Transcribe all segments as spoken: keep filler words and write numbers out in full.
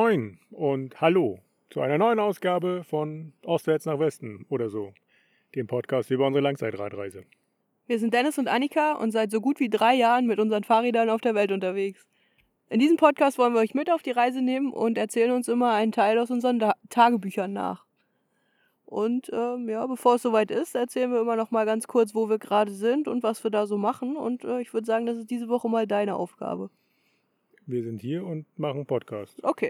Moin und hallo zu einer neuen Ausgabe von Ostwärts nach Westen oder so, dem Podcast über unsere Langzeitradreise. Wir sind Dennis und Annika und seit so gut wie drei Jahren mit unseren Fahrrädern auf der Welt unterwegs. In diesem Podcast wollen wir euch mit auf die Reise nehmen und erzählen uns immer einen Teil aus unseren da- Tagebüchern nach. Und ähm, ja, bevor es soweit ist, erzählen wir immer noch mal ganz kurz, wo wir gerade sind und was wir da so machen. Und äh, ich würde sagen, das ist diese Woche mal deine Aufgabe. Wir sind hier und machen Podcast. Okay.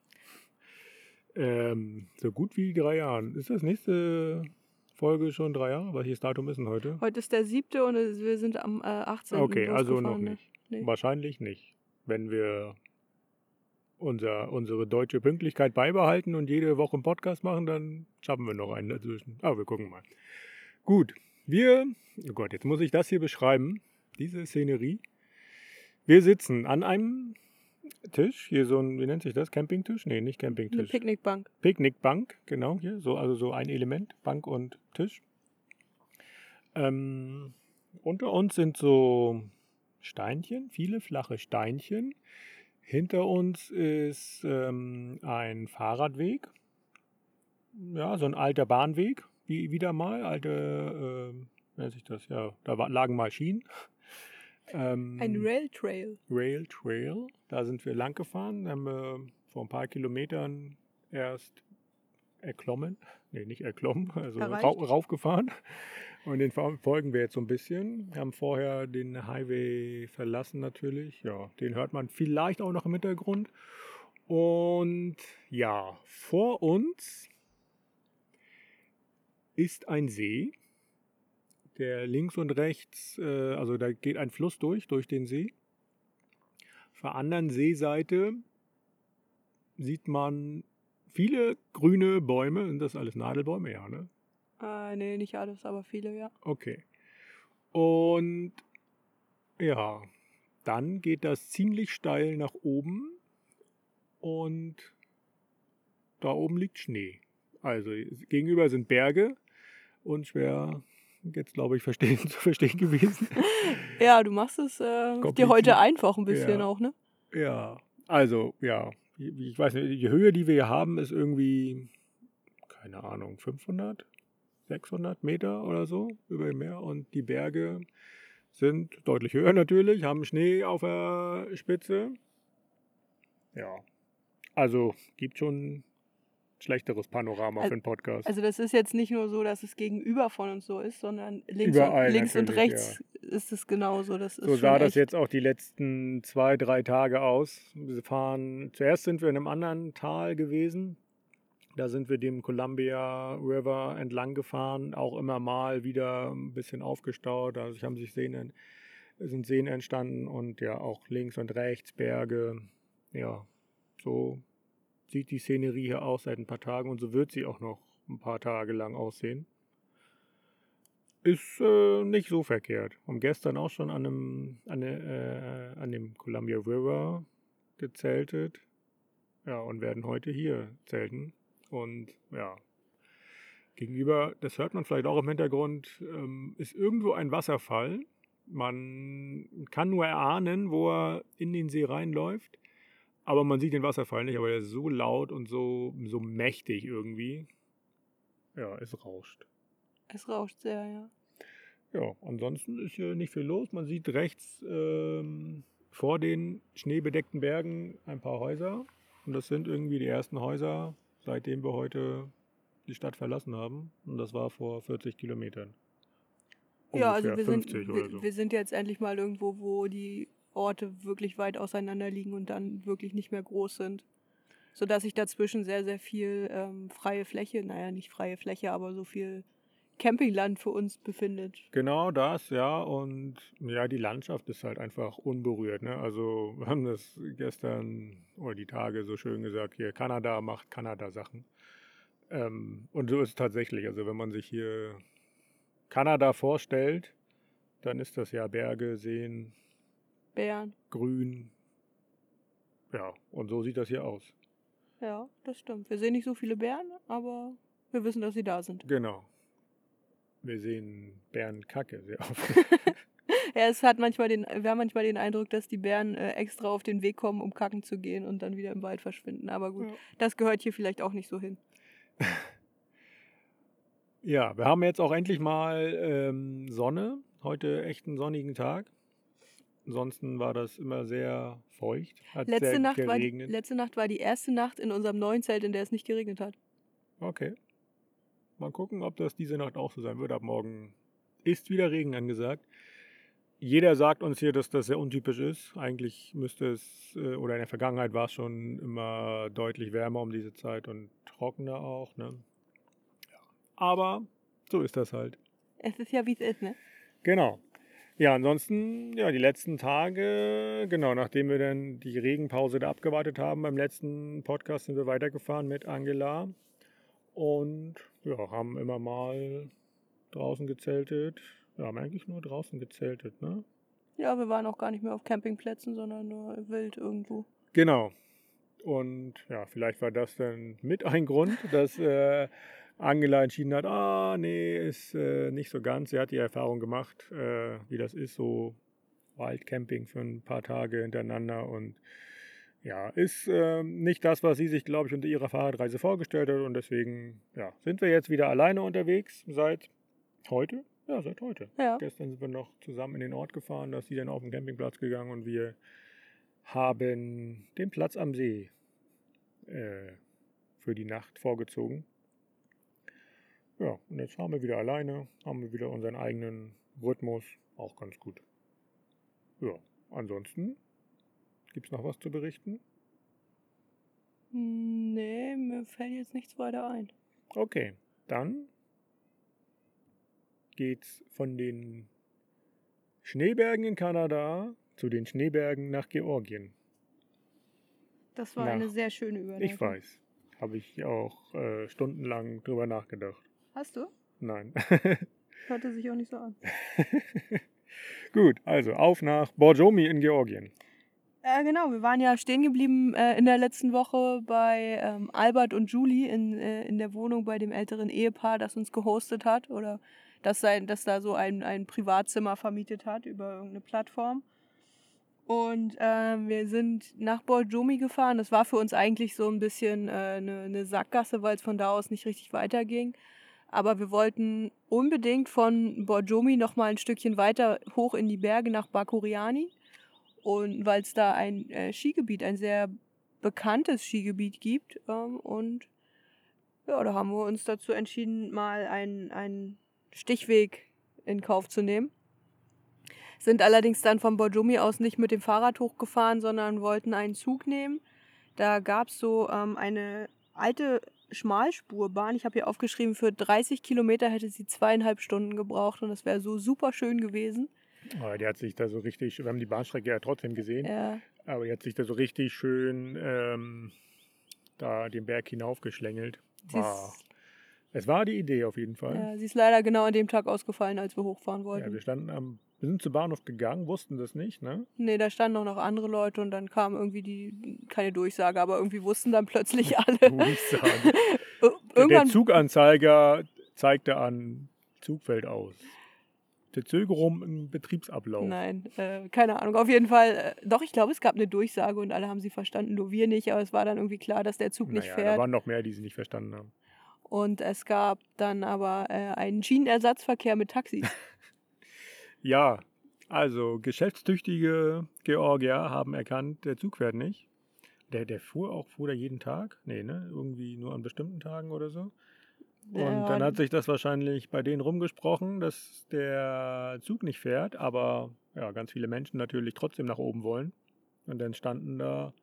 Ähm, so gut wie drei Jahren. Ist das nächste Folge schon drei Jahre? Welches Datum ist denn heute? Heute ist der siebte und es- wir sind am äh, achtzehnten Okay, also noch losgefahren, ne? nicht. Nee. Wahrscheinlich nicht. Wenn wir unser, unsere deutsche Pünktlichkeit beibehalten und jede Woche einen Podcast machen, dann schaffen wir noch einen dazwischen. Aber wir gucken mal. Gut, wir, oh Gott, jetzt muss ich das hier beschreiben, diese Szenerie. Wir sitzen an einem Tisch, hier so ein, wie nennt sich das, Campingtisch? Nee, nicht Eine Campingtisch. Picknickbank. Picknickbank, genau, hier, so, also so ein Element, Bank und Tisch. Ähm, unter uns sind so Steinchen, viele flache Steinchen. Hinter uns ist ähm, ein Fahrradweg, ja, so ein alter Bahnweg, wie wieder mal, alte, äh, wie nennt sich das, ja, da war, lagen mal Schienen. Ähm, Ein Railtrail. Rail Trail, da sind wir lang gefahren, haben wir vor ein paar Kilometern erst erklommen, nee, nicht erklommen, also Erreicht. rau, raufgefahren und den folgen wir jetzt so ein bisschen, haben vorher den Highway verlassen natürlich, ja, den hört man vielleicht auch noch im Hintergrund und ja, vor uns ist ein See, der links und rechts, äh, also da geht ein Fluss durch, durch den See. Auf der anderen Seeseite sieht man viele grüne Bäume. Sind das alles Nadelbäume? Ja, ne? Äh, nee, nicht alles, aber viele, ja. Okay. Und ja, dann geht das ziemlich steil nach oben und da oben liegt Schnee. Also gegenüber sind Berge und schwer jetzt, glaube ich, verstehen, zu verstehen gewesen. Ja, du machst es äh, dir Kompliziert. heute einfach ein bisschen Ja. auch, ne? Ja, also ja, ich weiß nicht, die Höhe, die wir hier haben, ist irgendwie, keine Ahnung, fünfhundert, sechshundert Meter oder so über dem Meer und die Berge sind deutlich höher natürlich, haben Schnee auf der Spitze. Ja, also gibt schon schlechteres Panorama Al- für einen Podcast. Also das ist jetzt nicht nur so, dass es gegenüber von uns so ist, sondern links, Überall und, links und natürlich, rechts ist es genauso. Das ist So schon sah das echt. jetzt auch die letzten zwei, drei Tage aus. Wir fahren, zuerst sind wir in einem anderen Tal gewesen. Da sind wir dem Columbia River entlang gefahren, auch immer mal wieder ein bisschen aufgestaut. Also haben sich Seen, sind Seen entstanden und ja auch links und rechts Berge. Ja, so sieht die Szenerie hier aus seit ein paar Tagen und so wird sie auch noch ein paar Tage lang aussehen. Ist äh, nicht so verkehrt. Haben gestern auch schon an, einem, an, äh, an dem Columbia River gezeltet. Ja, und werden heute hier zelten. Und ja, gegenüber, das hört man vielleicht auch im Hintergrund, ähm, ist irgendwo ein Wasserfall. Man kann nur erahnen, wo er in den See reinläuft. Aber man sieht den Wasserfall nicht, aber der ist so laut und so, so mächtig irgendwie. Ja, es rauscht. Es rauscht sehr, ja. Ja, ansonsten ist hier nicht viel los. Man sieht rechts ähm, vor den schneebedeckten Bergen ein paar Häuser. Und das sind irgendwie die ersten Häuser, seitdem wir heute die Stadt verlassen haben. Und das war vor vierzig Kilometern. Ja, also Ungefähr wir sind, fünfzig oder wir, so. wir sind jetzt endlich mal irgendwo, wo die Orte wirklich weit auseinander liegen und dann wirklich nicht mehr groß sind. Sodass sich dazwischen sehr, sehr viel ähm, freie Fläche, naja, nicht freie Fläche, aber so viel Campingland für uns befindet. Genau das, ja. Und ja, die Landschaft ist halt einfach unberührt. Ne? Also wir haben das gestern oder die Tage so schön gesagt, hier Kanada macht Kanada-Sachen. Ähm, und so ist es tatsächlich. Also wenn man sich hier Kanada vorstellt, dann ist das ja Berge, Seen, Bären. Grün. Ja, und so sieht das hier aus. Ja, das stimmt. Wir sehen nicht so viele Bären, aber wir wissen, dass sie da sind. Genau. Wir sehen Bärenkacke sehr oft. Ja, es hat manchmal den, wir haben manchmal den Eindruck, dass die Bären äh, extra auf den Weg kommen, um kacken zu gehen und dann wieder im Wald verschwinden. Aber gut, Ja. das gehört hier vielleicht auch nicht so hin. Ja, wir haben jetzt auch endlich mal ähm, Sonne. Heute echt einen sonnigen Tag. Ansonsten war das immer sehr feucht, hat Letzte sehr Nacht, war die, geregnet. letzte Nacht war die erste Nacht in unserem neuen Zelt, in der es nicht geregnet hat. Okay. Mal gucken, ob das diese Nacht auch so sein wird. Ab morgen ist wieder Regen angesagt. Jeder sagt uns hier, dass das sehr untypisch ist. Eigentlich müsste es, äh, oder in der Vergangenheit war es schon immer deutlich wärmer um diese Zeit und trockener auch. Ne? Ja. Aber so ist das halt. Es ist ja, wie es ist, ne? Genau. Ja, ansonsten, ja, die letzten Tage, genau, nachdem wir dann die Regenpause da abgewartet haben, beim letzten Podcast sind wir weitergefahren mit Angela und ja, haben immer mal draußen gezeltet. Wir haben eigentlich nur draußen gezeltet, ne? Ja, wir waren auch gar nicht mehr auf Campingplätzen, sondern nur wild irgendwo. Genau. Und ja, vielleicht war das dann mit ein Grund, dass äh, Angela entschieden hat, ah, nee, ist äh, nicht so ganz. Sie hat die Erfahrung gemacht, äh, wie das ist, so Waldcamping für ein paar Tage hintereinander und ja, ist äh, nicht das, was sie sich, glaube ich, unter ihrer Fahrradreise vorgestellt hat und deswegen ja, sind wir jetzt wieder alleine unterwegs seit heute. Ja, seit heute. Ja. Gestern sind wir noch zusammen in den Ort gefahren, da ist sie dann auf den Campingplatz gegangen und wir haben den Platz am See äh, für die Nacht vorgezogen. Ja, und jetzt fahren wir wieder alleine, haben wir wieder unseren eigenen Rhythmus, auch ganz gut. Ja, ansonsten gibt es noch was zu berichten? Nee, mir fällt jetzt nichts weiter ein. Okay, dann geht's von den Schneebergen in Kanada zu den Schneebergen nach Georgien. Das war Nach- eine sehr schöne Überleitung. Ich weiß, habe ich auch äh, stundenlang drüber nachgedacht. Hast du? Nein. Hörte sich auch nicht so an. Gut, also auf nach Borjomi in Georgien. Äh, genau, wir waren ja stehen geblieben äh, in der letzten Woche bei ähm, Albert und Julie in, äh, in der Wohnung bei dem älteren Ehepaar, das uns gehostet hat oder das, sein, das da so ein, ein Privatzimmer vermietet hat über irgendeine Plattform. Und ähm, wir sind nach Borjomi gefahren. Das war für uns eigentlich so ein bisschen äh, eine, eine Sackgasse, weil es von da aus nicht richtig weiterging. Aber wir wollten unbedingt von Borjomi noch mal ein Stückchen weiter hoch in die Berge nach Bakuriani. Und weil es da ein äh, Skigebiet, ein sehr bekanntes Skigebiet gibt. Ähm, und ja, da haben wir uns dazu entschieden, mal einen, einen Stichweg in Kauf zu nehmen. Sind allerdings dann von Borjomi aus nicht mit dem Fahrrad hochgefahren, sondern wollten einen Zug nehmen. Da gab es so ähm, eine alte Schmalspurbahn. Ich habe hier aufgeschrieben, für dreißig Kilometer hätte sie zweieinhalb Stunden gebraucht und das wäre so super schön gewesen. Oh, die hat sich da so richtig, wir haben die Bahnstrecke ja trotzdem gesehen, Ja, aber die hat sich da so richtig schön ähm, da den Berg hinaufgeschlängelt. sie War, ist, es war die Idee auf jeden Fall. ja, sie ist leider genau an dem Tag ausgefallen, als wir hochfahren Ja, wollten. wir standen am, wir sind zum Bahnhof gegangen, wussten das nicht, ne? Nee, da standen auch noch andere Leute und dann kam irgendwie die, keine Durchsage, aber irgendwie wussten dann plötzlich alle. Durchsage. Ir- Der Irgendwann, Zuganzeiger zeigte an, Zug fällt aus. Verzögerung im Betriebsablauf. nein, äh, keine Ahnung. Auf jeden Fall, äh, doch, ich glaube, es gab eine Durchsage und alle haben sie verstanden, nur wir nicht. Aber es war dann irgendwie klar, dass der Zug nicht Naja, da fährt. waren noch mehr, die sie nicht verstanden haben. Und es gab dann aber äh, einen Schienenersatzverkehr mit Taxis. Ja, also geschäftstüchtige Georgier haben erkannt, der Zug fährt nicht. Der, der fuhr auch, fuhr der jeden Tag? Nee, ne? Irgendwie nur an bestimmten Tagen oder so. Und Ja, dann hat sich das wahrscheinlich bei denen rumgesprochen, dass der Zug nicht fährt, aber ja, ganz viele Menschen natürlich trotzdem nach oben wollen. Und dann standen da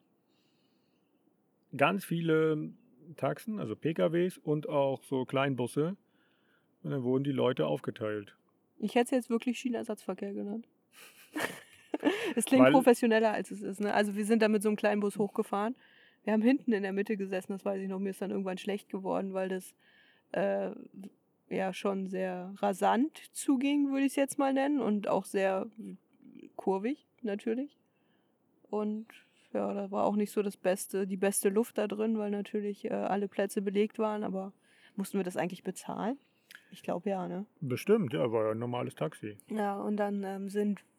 ganz viele Taxen, also P K Ws und auch so Kleinbusse. Und dann wurden die Leute aufgeteilt. Ich hätte es jetzt wirklich Schienenersatzverkehr genannt. Es klingt Weil- professioneller, als es ist. Ne? Also wir sind da mit so einem kleinen Bus hochgefahren. Wir haben hinten in der Mitte gesessen, das weiß ich noch. Mir ist dann irgendwann schlecht geworden, weil das äh, ja schon sehr rasant zuging, würde ich es jetzt mal nennen. Und auch sehr kurvig, natürlich. Und ja, da war auch nicht so das Beste, die beste Luft da drin, weil natürlich äh, alle Plätze belegt waren. Aber mussten wir das eigentlich bezahlen? Ich glaube ja, ne? Bestimmt, ja, war ja ein normales Taxi. Ja, und dann ähm, sind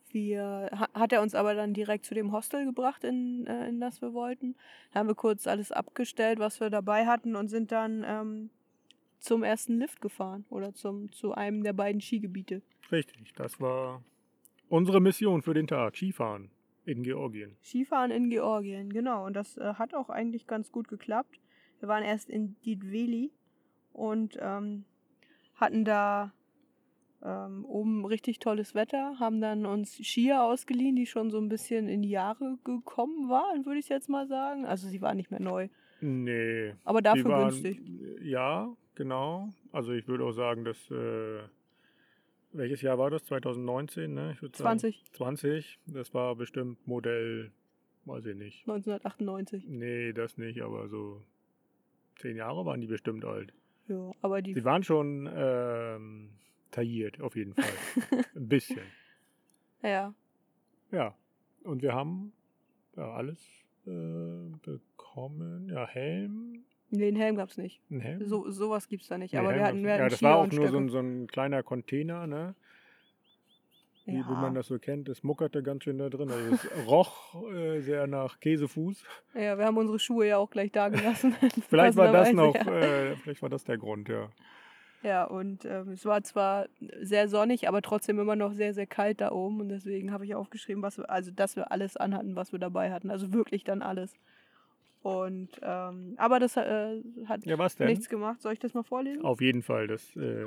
wir, ha- hat er uns aber dann direkt zu dem Hostel gebracht, in, äh, in das wir wollten. Da haben wir kurz alles abgestellt, was wir dabei hatten und sind dann ähm, zum ersten Lift gefahren oder zum, zu einem der beiden Skigebiete. Richtig, das war unsere Mission für den Tag. Skifahren in Georgien. Skifahren in Georgien, genau. Und das äh, hat auch eigentlich ganz gut geklappt. Wir waren erst in Didveli und ähm, hatten da ähm, oben richtig tolles Wetter, haben dann uns Skier ausgeliehen, die schon so ein bisschen in die Jahre gekommen waren, würde ich jetzt mal sagen. Also sie waren nicht mehr neu, Nee, aber die dafür waren, günstig. ja, genau. Also ich würde auch sagen, dass, äh, welches Jahr war das? zwanzig neunzehn, ne? Ich würde sagen zwanzig, zwanzig. Das war bestimmt Modell, weiß ich nicht. neunzehnhundertachtundneunzig. Nee, das nicht, aber so zehn Jahre waren die bestimmt alt. Ja, aber die Sie waren schon ähm, tailliert, auf jeden Fall. Ein bisschen. ja, Ja. Und wir haben ja alles äh, bekommen. Ja, Helm. nee, den Helm gab's nicht. Ein Helm? So, sowas gibt's da nicht. Nee, aber Helm wir gab's hatten, nicht. wir hatten Ja, das Skier war auch und nur so Stöcke. ein, so ein kleiner Container, ne? Wie, wie man Ja, das so kennt. Das muckerte ganz schön da drin. Also es roch äh, sehr nach Käsefuß. ja, wir haben unsere Schuhe ja auch gleich da gelassen. Vielleicht war das passenderweise, noch, ja. äh, vielleicht war das der Grund, ja. Ja, und ähm, es war zwar sehr sonnig, aber trotzdem immer noch sehr, sehr kalt da oben. Und deswegen habe ich aufgeschrieben, was wir, also dass wir alles anhatten, was wir dabei hatten. Also wirklich dann alles. Und ähm, aber das äh, hat Ja, was denn? nichts gemacht. Soll ich das mal vorlesen? Auf jeden Fall, das, äh,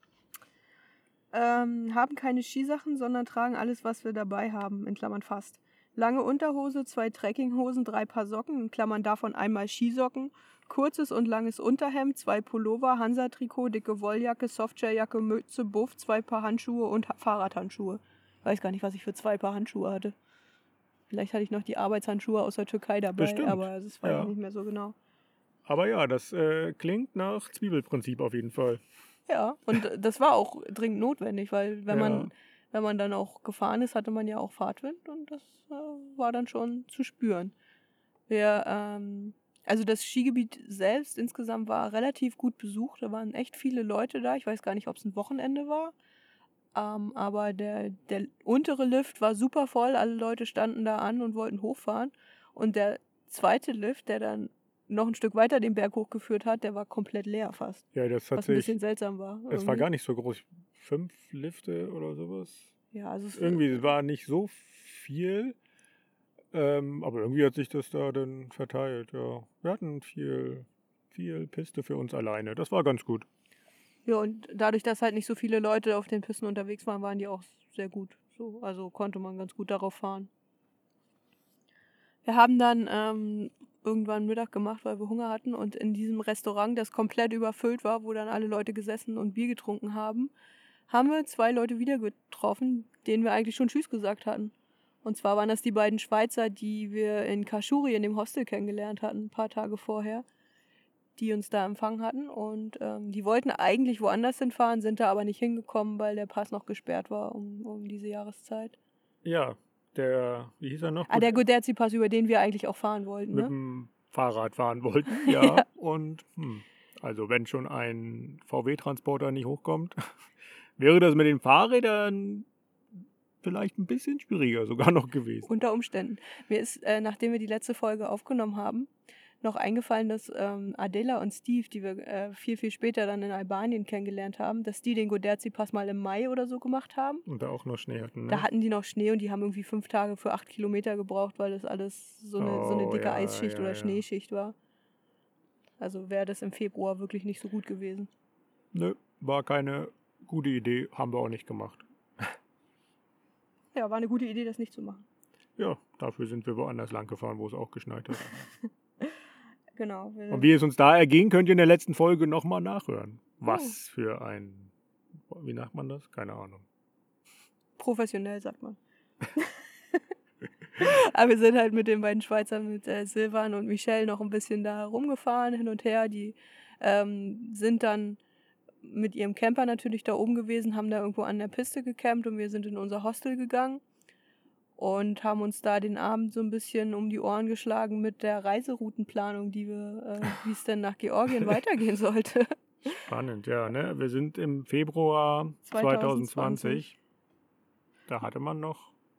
Ähm, haben keine Skisachen, sondern tragen alles, was wir dabei haben, in Klammern fast. Lange Unterhose, zwei Trekkinghosen, drei Paar Socken, in Klammern davon einmal Skisocken, kurzes und langes Unterhemd, zwei Pullover, Hansa-Trikot, dicke Wolljacke, Softshelljacke, Mütze, Buff, zwei Paar Handschuhe und Ha- Fahrradhandschuhe. Weiß gar nicht, was ich für zwei Paar Handschuhe hatte. Vielleicht hatte ich noch die Arbeitshandschuhe aus der Türkei dabei, Bestimmt, aber das weiß ja. ich nicht mehr so genau. aber ja, das äh, klingt nach Zwiebelprinzip auf jeden Fall. Ja, und das war auch dringend notwendig, weil wenn Ja. man wenn man dann auch gefahren ist, hatte man ja auch Fahrtwind und das äh, war dann schon zu spüren. Wir, ähm, also das Skigebiet selbst insgesamt war relativ gut besucht, da waren echt viele Leute da. Ich weiß gar nicht, ob es ein Wochenende war, ähm, aber der, der untere Lift war super voll, alle Leute standen da an und wollten hochfahren und der zweite Lift, der dann noch ein Stück weiter den Berg hochgeführt hat, der war komplett leer fast. Ja, das hat Was ein bisschen sich, seltsam war. es war irgendwie. gar nicht so groß. Fünf Lifte oder sowas. Ja, also es, Irgendwie es war nicht so viel, ähm, aber irgendwie hat sich das da dann verteilt, ja. Wir hatten viel, viel Piste für uns alleine. Das war ganz gut. ja, und dadurch, dass halt nicht so viele Leute auf den Pisten unterwegs waren, waren die auch sehr gut. So, also konnte man ganz gut darauf fahren. Wir haben dann ähm, irgendwann Mittag gemacht, weil wir Hunger hatten. Und in diesem Restaurant, das komplett überfüllt war, wo dann alle Leute gesessen und Bier getrunken haben, haben wir zwei Leute wieder getroffen, denen wir eigentlich schon Tschüss gesagt hatten. Und zwar waren das die beiden Schweizer, die wir in Kaschuri in dem Hostel kennengelernt hatten, ein paar Tage vorher, die uns da empfangen hatten. Und ähm, die wollten eigentlich woanders hinfahren, sind da aber nicht hingekommen, weil der Pass noch gesperrt war um, um diese Jahreszeit. Ja, der, wie hieß er noch? Ah, der Goderzi-Pass, über den wir eigentlich auch fahren wollten, Mit ne? dem Fahrrad fahren wollten, ja. Ja. Und, hm, also wenn schon ein V W-Transporter nicht hochkommt, wäre das mit den Fahrrädern vielleicht ein bisschen schwieriger sogar noch gewesen. Unter Umständen. Mir ist, äh, nachdem wir die letzte Folge aufgenommen haben, noch eingefallen, dass ähm, Adela und Steve, die wir äh, viel, viel später dann in Albanien kennengelernt haben, dass die den Goderzi-Pass mal im Mai oder so gemacht haben. Und da auch noch Schnee hatten, ne? Da hatten die noch Schnee und die haben irgendwie fünf Tage für acht Kilometer gebraucht, weil das alles so eine, so eine Oh, dicke ja, Eisschicht ja, oder ja. Schneeschicht war. Also wäre das im Februar wirklich nicht so gut gewesen. Nö, war keine gute Idee, haben wir auch nicht gemacht. Ja, war eine gute Idee, das nicht zu machen. Ja, dafür sind wir woanders lang gefahren, wo es auch geschneit hat. Genau. wir- Und wie es uns da erging, könnt ihr in der letzten Folge nochmal nachhören. Was für ein, wie nennt man das? Keine Ahnung. Professionell, sagt man. Aber wir sind halt mit den beiden Schweizern, mit äh, Silvan und Michelle, noch ein bisschen da rumgefahren, hin und her. Die ähm, sind dann mit ihrem Camper natürlich da oben gewesen, haben da irgendwo an der Piste gecampt und wir sind in unser Hostel gegangen und haben uns da den Abend so ein bisschen um die Ohren geschlagen mit der Reiseroutenplanung, die wir, äh, wie es denn nach Georgien weitergehen sollte. Spannend, ja, ne? Wir sind im Februar zweitausendzwanzig. zweitausendzwanzig. Da hatte man noch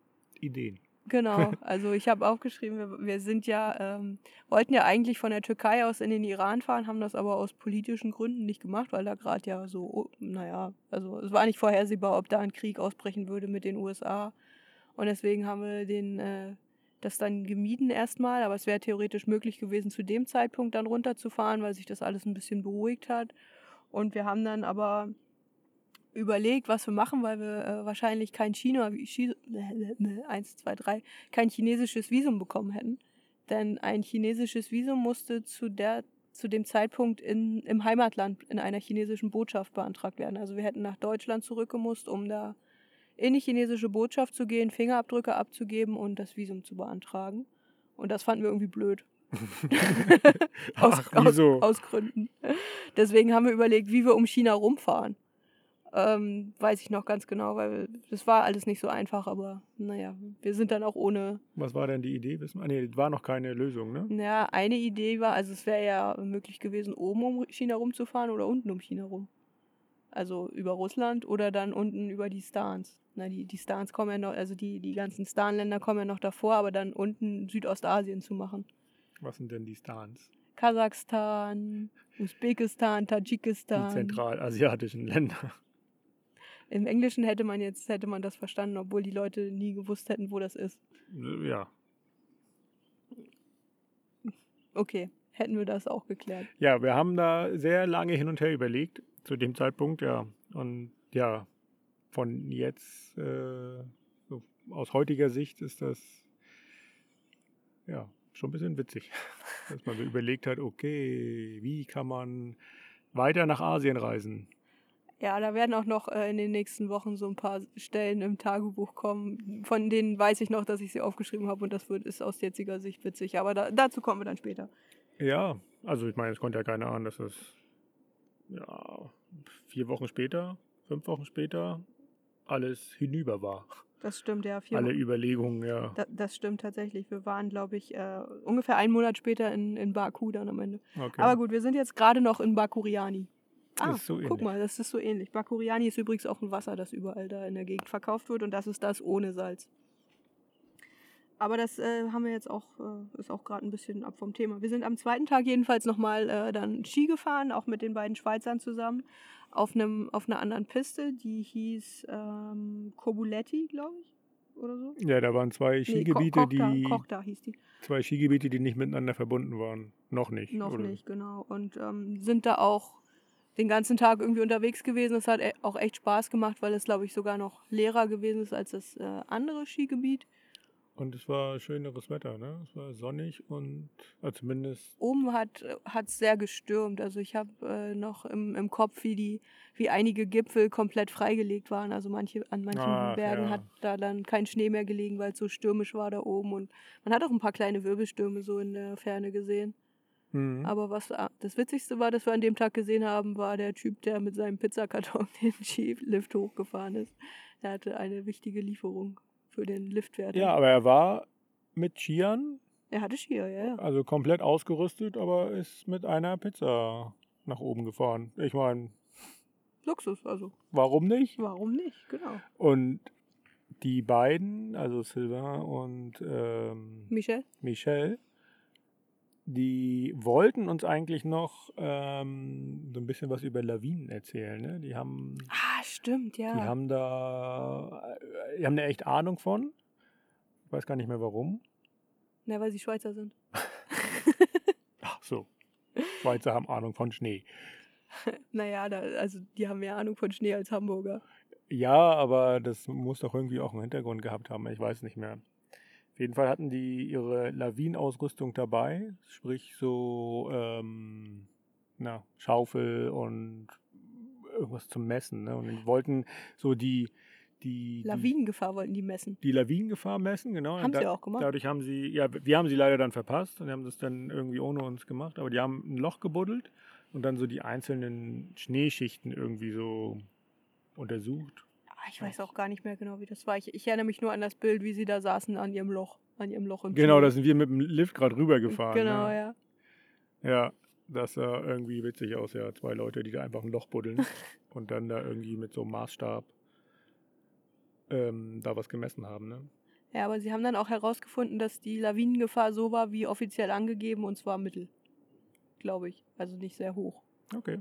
Ideen. Genau, also ich habe aufgeschrieben, wir, wir sind ja, ähm, wollten ja eigentlich von der Türkei aus in den Iran fahren, haben das aber aus politischen Gründen nicht gemacht, weil da gerade ja so, oh, naja, also es war nicht vorhersehbar, ob da ein Krieg ausbrechen würde mit den U S A. Und deswegen haben wir den, äh, das dann gemieden erstmal, aber es wäre theoretisch möglich gewesen, zu dem Zeitpunkt dann runterzufahren, weil sich das alles ein bisschen beruhigt hat. Und wir haben dann aber überlegt, was wir machen, weil wir äh, wahrscheinlich kein China, Chi, eins, zwei, drei, kein chinesisches Visum bekommen hätten. Denn ein chinesisches Visum musste zu der zu dem Zeitpunkt in, im Heimatland in einer chinesischen Botschaft beantragt werden. Also wir hätten nach Deutschland zurückgemusst, um da in die chinesische Botschaft zu gehen, Fingerabdrücke abzugeben und das Visum zu beantragen. Und das fanden wir irgendwie blöd. aus, Ach, wieso? aus, aus Gründen. Deswegen haben wir überlegt, wie wir um China rumfahren. Ähm, weiß ich noch ganz genau, weil das war alles nicht so einfach, aber naja, wir sind dann auch ohne. Was war denn die Idee? Wissen wir? Ah, nee, war noch keine Lösung, ne? Naja, eine Idee war, also es wäre ja möglich gewesen, oben um China rumzufahren oder unten um China rum. Also über Russland oder dann unten über die Stans. Na, die, die Stans kommen ja noch, also die, die ganzen Stan-Länder kommen ja noch davor, aber dann unten Südostasien zu machen. Was sind denn die Stans? Kasachstan, Usbekistan, Die Tadschikistan. zentralasiatischen Länder. Im Englischen hätte man jetzt, hätte man das verstanden, obwohl die Leute nie gewusst hätten, wo das ist. Ja. Okay, hätten wir das auch geklärt. Ja, wir haben da sehr lange hin und her überlegt, zu dem Zeitpunkt, ja. Und ja, von jetzt, äh, so aus heutiger Sicht ist das ja schon ein bisschen witzig, dass man so überlegt hat, okay, wie kann man weiter nach Asien reisen? Ja, da werden auch noch äh, in den nächsten Wochen so ein paar Stellen im Tagebuch kommen, von denen weiß ich noch, dass ich sie aufgeschrieben habe und das wird, ist aus jetziger Sicht witzig, aber da, dazu kommen wir dann später. Ja, also ich meine, es konnte ja keiner ahnen, dass es ja, vier Wochen später, fünf Wochen später alles hinüber war. Das stimmt, ja. Vier Alle Wochen. Überlegungen, ja. Da, das stimmt tatsächlich. Wir waren, glaube ich, äh, ungefähr einen Monat später in, in Baku dann am Ende. Okay. Aber gut, wir sind jetzt gerade noch in Bakuriani. Ah, ist so guck ähnlich. mal, das ist so ähnlich. Bakuriani ist übrigens auch ein Wasser, das überall da in der Gegend verkauft wird und das ist das ohne Salz. Aber das äh, haben wir jetzt auch, äh, ist auch gerade ein bisschen ab vom Thema. Wir sind am zweiten Tag jedenfalls nochmal äh, dann Ski gefahren, auch mit den beiden Schweizern zusammen, auf, einem, auf einer anderen Piste, die hieß ähm, Cobuletti, glaube ich, oder so. Ja, da waren zwei Nee, Skigebiete, Ko- Kochta, die Kochta hieß die. zwei Skigebiete, die nicht miteinander verbunden waren. Noch nicht. Noch oder? nicht, genau. Und ähm, sind da auch den ganzen Tag irgendwie unterwegs gewesen. Es hat e- auch echt Spaß gemacht, weil es, glaube ich, sogar noch leerer gewesen ist als das äh, andere Skigebiet. Und es war schöneres Wetter, ne? Es war sonnig und also zumindest. Oben hat es sehr gestürmt. Also ich habe äh, noch im, im Kopf, wie die, wie einige Gipfel komplett freigelegt waren. Also manche, an manchen Ach, Bergen ja. hat da dann kein Schnee mehr gelegen, weil es so stürmisch war da oben. Und man hat auch ein paar kleine Wirbelstürme so in der Ferne gesehen. Mhm. Aber was ah, das Witzigste war, das wir an dem Tag gesehen haben, war der Typ, der mit seinem Pizzakarton den Skilift hochgefahren ist. Der hatte eine wichtige Lieferung für den Liftwärter. Ja, aber er war mit Skiern, Er hatte Skier, ja, ja. also komplett ausgerüstet, aber ist mit einer Pizza nach oben gefahren. Ich meine, Luxus, also. warum nicht? Warum nicht, genau. Und die beiden, also Sylvain und ähm, Michel? Michel, die wollten uns eigentlich noch ähm, so ein bisschen was über Lawinen erzählen. Ne? Die haben, Ah, stimmt, ja. die haben da, äh, die haben eine echt Ahnung von. Ich weiß gar nicht mehr warum. Na, weil sie Schweizer sind. Ach so, Schweizer haben Ahnung von Schnee. Naja, da, also die haben mehr Ahnung von Schnee als Hamburger. Ja, aber das muss doch irgendwie auch einen Hintergrund gehabt haben. Ich weiß nicht mehr. Auf jeden Fall hatten die ihre Lawinenausrüstung dabei, sprich so ähm, na, Schaufel und irgendwas zum Messen. Ne? Und die wollten so die, die, die, Lawinengefahr wollten die messen. die Lawinengefahr messen, genau. Haben Und sie auch gemacht. Dadurch haben sie, ja, wir haben sie leider dann verpasst und haben das dann irgendwie ohne uns gemacht. Aber die haben ein Loch gebuddelt und dann so die einzelnen Schneeschichten irgendwie so untersucht. Ah, ich weiß auch gar nicht mehr genau, wie das war. Ich, ich erinnere mich nur an das Bild, wie sie da saßen an ihrem Loch. An ihrem Loch im Genau, Schnee. da sind wir mit dem Lift gerade rübergefahren. Genau, ne? ja. Ja, das sah irgendwie witzig aus, ja. Zwei Leute, die da einfach ein Loch buddeln und dann da irgendwie mit so einem Maßstab ähm, da was gemessen haben, ne? Ja, aber sie haben dann auch herausgefunden, dass die Lawinengefahr so war, wie offiziell angegeben, und zwar mittel, glaube ich. Also nicht sehr hoch. Okay.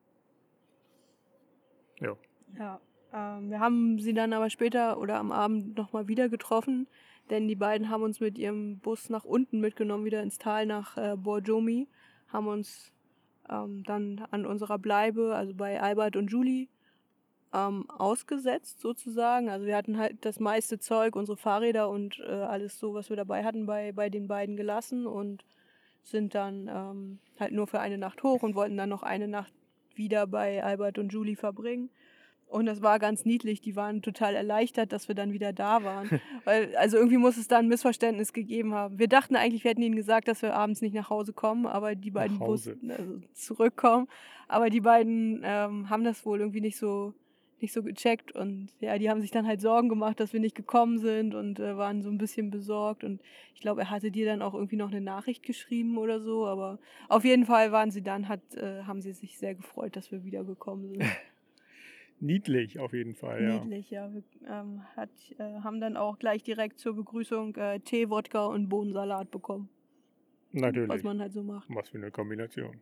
Ja. Ja, ähm, wir haben sie dann aber später oder am Abend nochmal wieder getroffen, denn die beiden haben uns mit ihrem Bus nach unten mitgenommen, wieder ins Tal nach äh, Borjomi, haben uns ähm, dann an unserer Bleibe, also bei Albert und Julie, ähm, ausgesetzt sozusagen. Also wir hatten halt das meiste Zeug, unsere Fahrräder und äh, alles so, was wir dabei hatten, bei, bei den beiden gelassen und sind dann ähm, halt nur für eine Nacht hoch und wollten dann noch eine Nacht wieder bei Albert und Julie verbringen. Und das war ganz niedlich, die waren total erleichtert, dass wir dann wieder da waren. Weil, also irgendwie muss es da ein Missverständnis gegeben haben. Wir dachten eigentlich, wir hätten ihnen gesagt, dass wir abends nicht nach Hause kommen, aber die beiden Nach Hause. wussten, also zurückkommen. Aber die beiden ähm, haben das wohl irgendwie nicht so, nicht so gecheckt. Und ja, die haben sich dann halt Sorgen gemacht, dass wir nicht gekommen sind und äh, waren so ein bisschen besorgt. Und ich glaube, er hatte dir dann auch irgendwie noch eine Nachricht geschrieben oder so. Aber auf jeden Fall waren sie dann, hat, äh, haben sie sich sehr gefreut, dass wir wiedergekommen sind. Niedlich auf jeden Fall, ja. Niedlich, ja. Wir ähm, hat, äh, haben dann auch gleich direkt zur Begrüßung äh, Tee, Wodka und Bohnensalat bekommen. Natürlich. Was man halt so macht. Was für eine Kombination.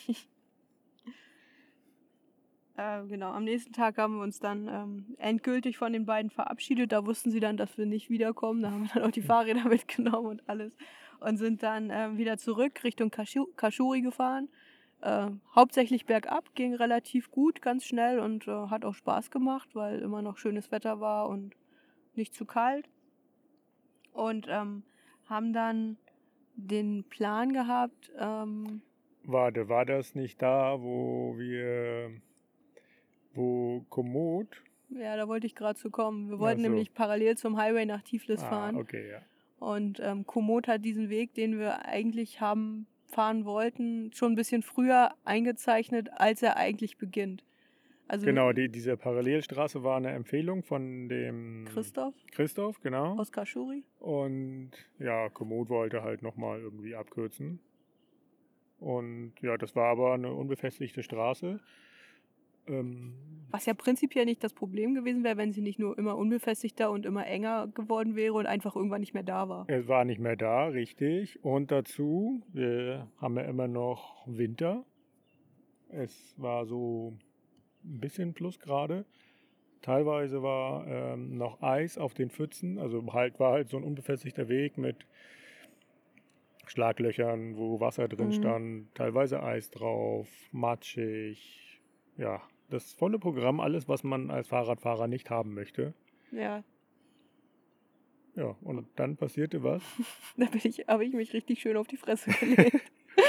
äh, genau, am nächsten Tag haben wir uns dann ähm, endgültig von den beiden verabschiedet. Da wussten sie dann, dass wir nicht wiederkommen. Da haben wir dann auch die Fahrräder mitgenommen und alles. Und sind dann ähm, wieder zurück Richtung Kashu- Kaschuri gefahren. Äh, hauptsächlich bergab, ging relativ gut, ganz schnell und äh, hat auch Spaß gemacht, weil immer noch schönes Wetter war und nicht zu kalt. Und ähm, haben dann den Plan gehabt, ähm, Warte, war das nicht da, wo wir, wo Komoot? ja, da wollte ich gerade zu kommen. Wir Ach wollten so. nämlich parallel zum Highway nach Tiflis Ah, fahren. okay, ja. Und ähm, Komoot hat diesen Weg, den wir eigentlich haben fahren wollten, schon ein bisschen früher eingezeichnet, als er eigentlich beginnt. Also Genau, die, diese Parallelstraße war eine Empfehlung von dem Christoph Christoph, genau. aus Kaschuri. Und ja, Komoot wollte halt nochmal irgendwie abkürzen. Und ja, das war aber eine unbefestigte Straße. Ähm, Was ja prinzipiell nicht das Problem gewesen wäre, wenn sie nicht nur immer unbefestigter und immer enger geworden wäre und einfach irgendwann nicht mehr da war. es war nicht mehr da, richtig. Und dazu, wir haben ja immer noch Winter. Es war so ein bisschen Plusgrade. Teilweise war ähm, noch Eis auf den Pfützen. Also halt war halt so ein unbefestigter Weg mit Schlaglöchern, wo Wasser drin Mhm. stand, teilweise Eis drauf, matschig. Ja, das volle Programm, alles, was man als Fahrradfahrer nicht haben möchte. Ja, Ja, und dann passierte was? da bin ich, habe ich mich richtig schön auf die Fresse gelegt.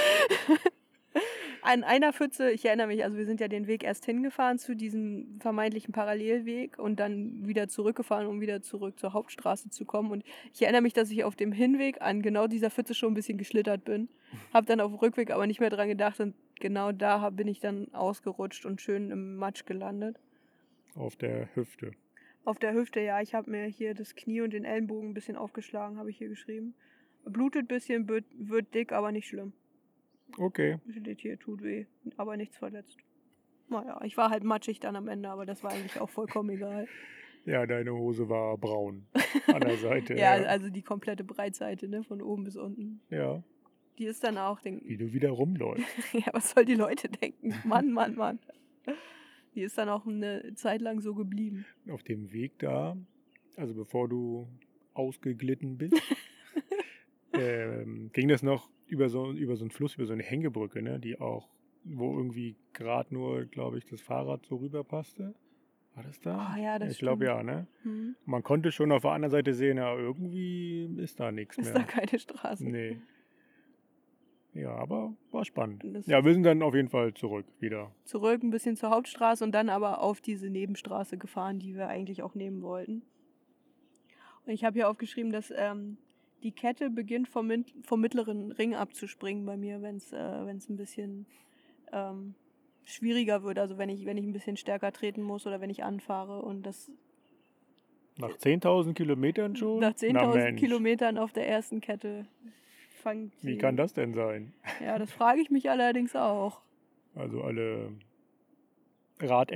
An einer Pfütze, ich erinnere mich, also wir sind ja den Weg erst hingefahren zu diesem vermeintlichen Parallelweg und dann wieder zurückgefahren, um wieder zurück zur Hauptstraße zu kommen. Und ich erinnere mich, dass ich auf dem Hinweg an genau dieser Pfütze schon ein bisschen geschlittert bin. Habe dann auf dem Rückweg aber nicht mehr dran gedacht und genau da hab- bin ich dann ausgerutscht und schön im Matsch gelandet. Auf der Hüfte. Auf der Hüfte, ja, ich habe mir hier das Knie und den Ellenbogen ein bisschen aufgeschlagen, habe ich hier geschrieben. Blutet ein bisschen, wird, wird dick, aber nicht schlimm. Okay. Steht hier, tut weh, aber nichts verletzt. Naja, ich war halt matschig dann am Ende, aber das war eigentlich auch vollkommen egal. Ja, deine Hose war braun an der Seite. Ja, also die komplette Breitseite, ne, von oben bis unten. Ja, Die ist dann auch, denk, wie du wieder rumläufst. ja, was soll die Leute denken? Mann, Mann, Mann. Die ist dann auch eine Zeit lang so geblieben. Auf dem Weg da, also bevor du ausgeglitten bist, ähm, ging das noch über so, über so einen Fluss, über so eine Hängebrücke, ne, die auch, wo irgendwie gerade nur, glaube ich, das Fahrrad so rüberpasste. War das da? Ah ja, das Ich glaube stimmt. ja, ne? Hm. Man konnte schon auf der anderen Seite sehen, ja, irgendwie ist da nichts Ist mehr. da keine Straße. Nee. Ja, aber war spannend. Das Ja, wir sind dann auf jeden Fall zurück wieder. Zurück ein bisschen zur Hauptstraße und dann aber auf diese Nebenstraße gefahren, die wir eigentlich auch nehmen wollten. Und ich habe hier aufgeschrieben, dass ähm, die Kette beginnt vom, min- vom mittleren Ring abzuspringen bei mir, wenn es äh, wenn's ein bisschen ähm, schwieriger wird. Also wenn ich, wenn ich ein bisschen stärker treten muss oder wenn ich anfahre. Und das Nach zehntausend Kilometern schon? nach Na zehntausend Mensch, Kilometern auf der ersten Kette fangt wie die- kann das denn sein? Ja, das frage ich mich allerdings auch. Also alle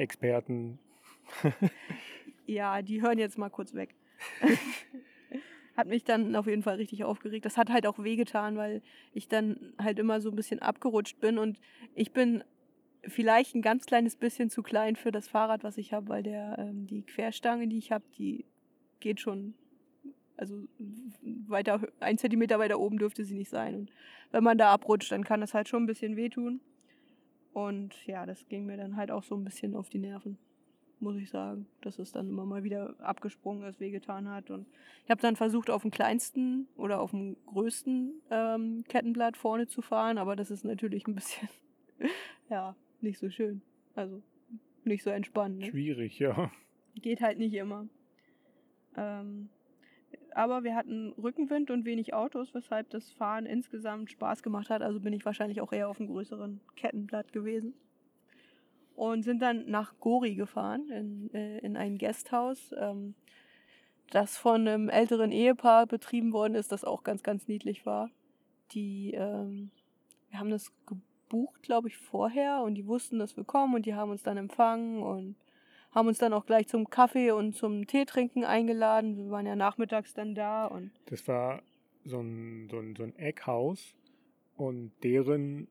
Radexperten. Ja, die hören jetzt mal kurz weg. hat mich dann auf jeden Fall richtig aufgeregt. Das hat halt auch wehgetan, weil ich dann halt immer so ein bisschen abgerutscht bin und ich bin vielleicht ein ganz kleines bisschen zu klein für das Fahrrad, was ich habe, weil der ähm, die Querstange, die ich habe, die geht schon, also weiter, ein Zentimeter weiter oben dürfte sie nicht sein. Und wenn man da abrutscht, dann kann das halt schon ein bisschen wehtun. Und ja, das ging mir dann halt auch so ein bisschen auf die Nerven, muss ich sagen, dass es dann immer mal wieder abgesprungen ist, wehgetan hat. Und ich habe dann versucht, auf dem kleinsten oder auf dem größten ähm, Kettenblatt vorne zu fahren, aber das ist natürlich ein bisschen, ja, nicht so schön. Also nicht so entspannt. Ne? Schwierig, ja. Geht halt nicht immer. Ähm, aber wir hatten Rückenwind und wenig Autos, weshalb das Fahren insgesamt Spaß gemacht hat. Also bin ich wahrscheinlich auch eher auf einem größeren Kettenblatt gewesen. Und sind dann nach Gori gefahren, in, äh, in ein Gasthaus, ähm, das von einem älteren Ehepaar betrieben worden ist, das auch ganz, ganz niedlich war. Die, ähm, wir haben das gebucht, glaube ich, vorher und die wussten, dass wir kommen und die haben uns dann empfangen und haben uns dann auch gleich zum Kaffee und zum Teetrinken eingeladen. Wir waren ja nachmittags dann da. Und das war so ein, so ein, so ein Eckhaus und deren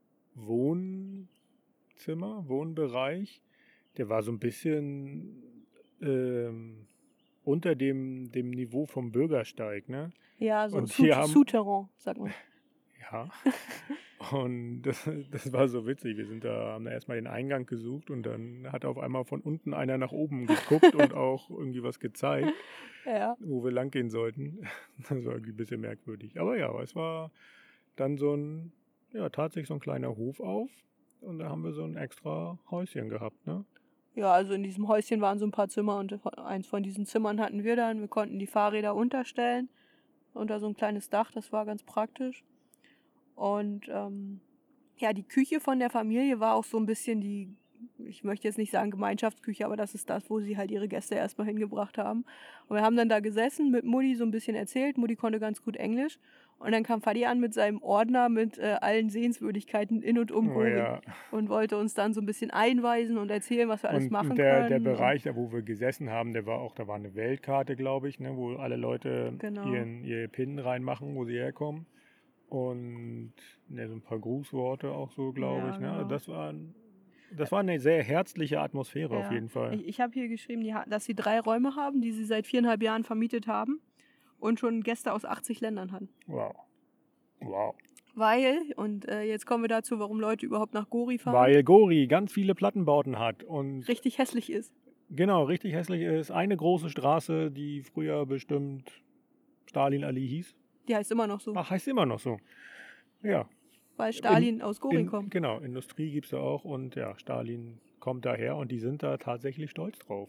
Wohnzimmer, Wohnbereich, der war so ein bisschen ähm, unter dem, dem Niveau vom Bürgersteig, ne? Ja, so und Sou- wir haben, Souterrain, sagt man. Ja, und das, das war so witzig. Wir sind da, haben da erstmal den Eingang gesucht und dann hat auf einmal von unten einer nach oben geguckt und auch irgendwie was gezeigt, Ja. wo wir lang gehen sollten. Das war irgendwie ein bisschen merkwürdig. Aber ja, es war dann so ein, ja, tatsächlich so ein kleiner Hof auf und da haben wir so ein extra Häuschen gehabt, ne? Ja, also in diesem Häuschen waren so ein paar Zimmer und eins von diesen Zimmern hatten wir dann. Wir konnten die Fahrräder unterstellen unter so ein kleines Dach, das war ganz praktisch. Und ähm, ja, die Küche von der Familie war auch so ein bisschen die, ich möchte jetzt nicht sagen Gemeinschaftsküche, aber das ist das, wo sie halt ihre Gäste erstmal hingebracht haben. Und wir haben dann da gesessen, mit Mutti so ein bisschen erzählt. Mutti konnte ganz gut Englisch. Und dann kam Fadi an mit seinem Ordner mit äh, allen Sehenswürdigkeiten in und um Oh Gori ja. und wollte uns dann so ein bisschen einweisen und erzählen, was wir alles Und machen der, können. der Und Bereich, da wo wir gesessen haben, der war auch, da war eine Weltkarte, glaube ich, ne, wo alle Leute Genau. ihren, ihre Pin reinmachen, wo sie herkommen. Und ne, so ein paar Grußworte auch so, glaube Ja, ich. Ne? genau. Das war, das war eine sehr herzliche Atmosphäre auf Ja. jeden Fall. Ich, ich habe hier geschrieben, die, ha- dass sie drei Räume haben, die sie seit viereinhalb Jahren vermietet haben und schon Gäste aus achtzig Ländern hatten. Wow. Wow. Weil, und äh, jetzt kommen wir dazu, warum Leute überhaupt nach Gori fahren, Weil Gori ganz viele Plattenbauten hat und richtig hässlich ist. genau, richtig hässlich ist. Eine große Straße, die früher bestimmt Stalin Ali hieß. Die heißt immer noch so, Ach, heißt immer noch so. Ja. weil Stalin In- aus Gori In, kommt. genau, Industrie gibt es da auch und ja, Stalin kommt daher und die sind da tatsächlich stolz drauf.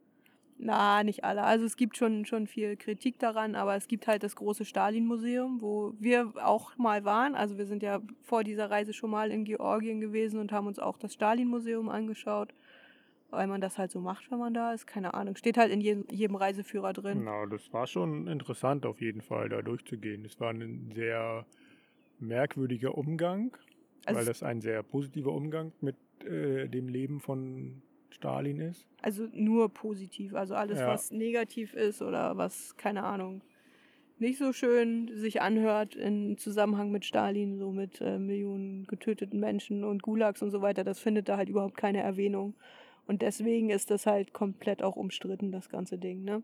Na, nicht alle. Also es gibt schon, schon viel Kritik daran, aber es gibt halt das große Stalin-Museum, wo wir auch mal waren. Also wir sind ja vor dieser Reise schon mal in Georgien gewesen und haben uns auch das Stalin-Museum angeschaut, weil man das halt so macht, wenn man da ist. Keine Ahnung. Steht halt in jedem, jedem Reiseführer drin. Genau, das war schon interessant auf jeden Fall, da durchzugehen. Es war ein sehr merkwürdiger Umgang, Also weil es- das ein sehr positiver Umgang mit äh, dem Leben von Stalin ist. Also nur positiv. Also alles, Ja. was negativ ist oder was, keine Ahnung, nicht so schön sich anhört im Zusammenhang mit Stalin, so mit äh, Millionen getöteten Menschen und Gulags und so weiter, das findet da halt überhaupt keine Erwähnung. Und deswegen ist das halt komplett auch umstritten, das ganze Ding, ne?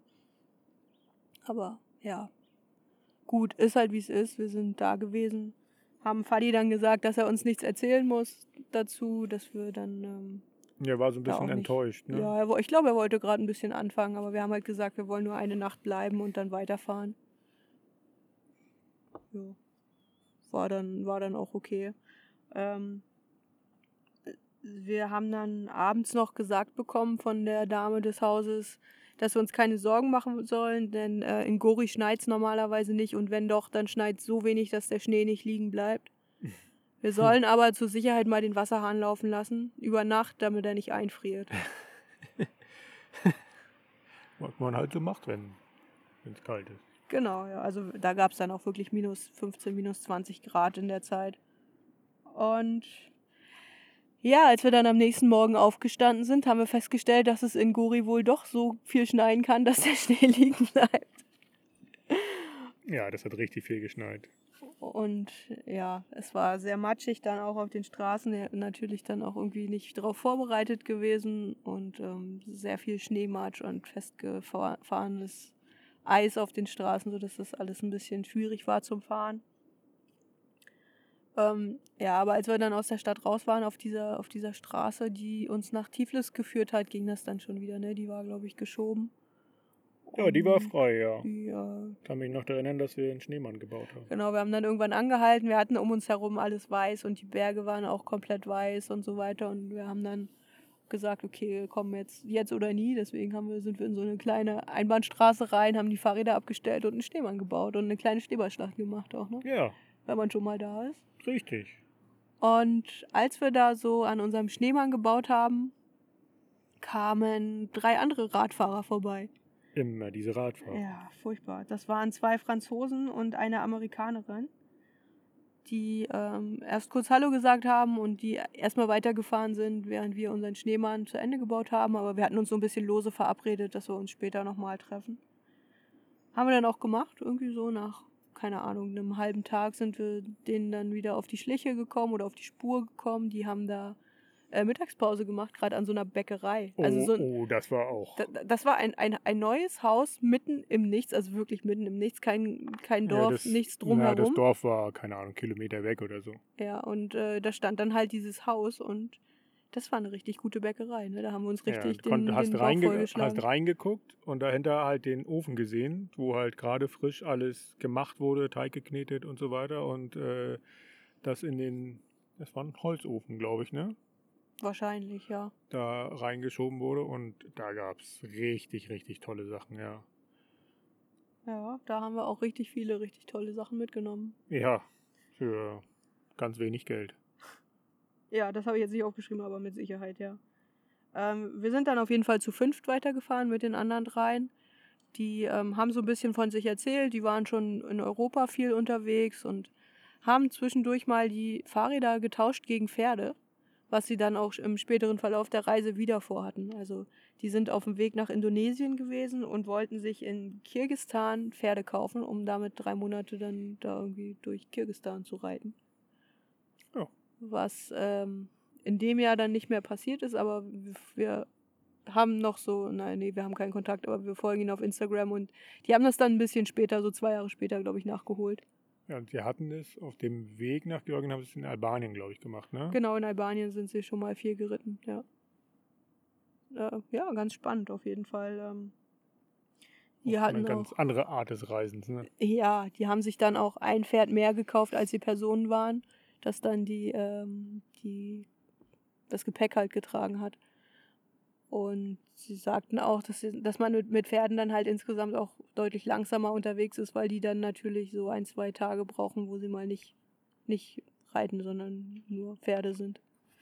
Aber ja, gut, ist halt wie es ist. Wir sind da gewesen. Haben Fadi dann gesagt, dass er uns nichts erzählen muss dazu, dass wir dann ähm, Ja, war so ein da bisschen auch nicht- enttäuscht. Ne? Ja, er, wo- ich glaube, er wollte gerade ein bisschen anfangen, aber wir haben halt gesagt, wir wollen nur eine Nacht bleiben und dann weiterfahren. Ja. War dann, war dann auch okay. Ähm, wir haben dann abends noch gesagt bekommen von der Dame des Hauses, dass wir uns keine Sorgen machen sollen, denn äh, in Gori schneit es normalerweise nicht und wenn doch, dann schneit es so wenig, dass der Schnee nicht liegen bleibt. Wir sollen aber zur Sicherheit mal den Wasserhahn laufen lassen, über Nacht, damit er nicht einfriert. Was man halt so macht, wenn es kalt ist. Genau, ja. Also da gab es dann auch wirklich minus fünfzehn, minus zwanzig Grad in der Zeit. Und ja, als wir dann am nächsten Morgen aufgestanden sind, haben wir festgestellt, dass es in Gori wohl doch so viel schneien kann, dass der Schnee liegen bleibt. Ja, das hat richtig viel geschneit. Und ja, es war sehr matschig dann auch auf den Straßen. Ja, natürlich dann auch irgendwie nicht darauf vorbereitet gewesen und ähm, sehr viel Schneematsch und festgefahrenes Eis auf den Straßen, sodass das alles ein bisschen schwierig war zum Fahren. Ähm, ja, aber als wir dann aus der Stadt raus waren auf dieser, auf dieser Straße, die uns nach Tiflis geführt hat, ging das dann schon wieder, ne? Die war, glaube ich, geschoben. Ja, die war Und frei, ja. ja, Ich kann mich noch daran erinnern, dass wir einen Schneemann gebaut haben. genau, wir haben dann irgendwann angehalten. Wir hatten um uns herum alles weiß und die Berge waren auch komplett weiß und so weiter. Und wir haben dann gesagt, okay, wir kommen jetzt, jetzt oder nie. Deswegen haben wir, sind wir in so eine kleine Einbahnstraße rein, haben die Fahrräder abgestellt und einen Schneemann gebaut und eine kleine Schneeballschlacht gemacht auch, ne? Ja, Wenn man schon mal da ist. richtig. Und als wir da so an unserem Schneemann gebaut haben, kamen drei andere Radfahrer vorbei. Immer diese Radfahrer. Ja, furchtbar. Das waren zwei Franzosen und eine Amerikanerin, die ähm, erst kurz Hallo gesagt haben und die erstmal weitergefahren sind, während wir unseren Schneemann zu Ende gebaut haben. Aber wir hatten uns so ein bisschen lose verabredet, dass wir uns später nochmal treffen. Haben wir dann auch gemacht, irgendwie so nach, keine Ahnung, einem halben Tag sind wir denen dann wieder auf die Schliche gekommen oder auf die Spur gekommen. Die haben da äh, Mittagspause gemacht, gerade an so einer Bäckerei. Oh, Also so ein, oh, das war auch. da, das war ein, ein, ein neues Haus mitten im Nichts, also wirklich mitten im Nichts, kein, kein Dorf, ja, das, nichts na, drumherum. das Dorf war, keine Ahnung, Kilometer weg oder so. Ja, und äh, da stand dann halt dieses Haus und das war eine richtig gute Bäckerei. Ne? Da haben wir uns richtig ja, den, konnt, hast, den Bauch reinge vollgeschlagen. hast reingeguckt und dahinter halt den Ofen gesehen, wo halt gerade frisch alles gemacht wurde, Teig geknetet und so weiter. Und äh, das in den, das war ein Holzofen, glaube ich, ne? Wahrscheinlich, ja. Da reingeschoben wurde und da gab es richtig, richtig tolle Sachen, ja. Ja, da haben wir auch richtig viele, richtig tolle Sachen mitgenommen. Ja, für ganz wenig Geld. Ja, das habe ich jetzt nicht aufgeschrieben, aber mit Sicherheit, ja. Ähm, wir sind dann auf jeden Fall zu fünft weitergefahren mit den anderen dreien. Die ähm, haben so ein bisschen von sich erzählt, die waren schon in Europa viel unterwegs und haben zwischendurch mal die Fahrräder getauscht gegen Pferde, was sie dann auch im späteren Verlauf der Reise wieder vorhatten. Also die sind auf dem Weg nach Indonesien gewesen und wollten sich in Kirgisistan Pferde kaufen, um damit drei Monate dann da irgendwie durch Kirgisistan zu reiten. Ja. Was ähm, in dem Jahr dann nicht mehr passiert ist, aber wir haben noch so, nein, nee, wir haben keinen Kontakt, aber wir folgen ihnen auf Instagram und die haben das dann ein bisschen später, so zwei Jahre später, glaube ich, nachgeholt. Ja, und sie hatten es auf dem Weg nach Georgien, haben sie es in Albanien, glaube ich, gemacht, ne? Genau, in Albanien sind sie schon mal viel geritten, ja. Äh, ja, ganz spannend auf jeden Fall. Ähm, die Auch hatten eine ganz auch, andere Art des Reisens, ne? ja, die haben sich dann auch ein Pferd mehr gekauft, als die Personen waren, das dann die, ähm, die, das Gepäck halt getragen hat. Und sie sagten auch, dass, sie, dass man mit, mit Pferden dann halt insgesamt auch deutlich langsamer unterwegs ist, weil die dann natürlich so ein, zwei Tage brauchen, wo sie mal nicht, nicht reiten, sondern nur Pferde sind.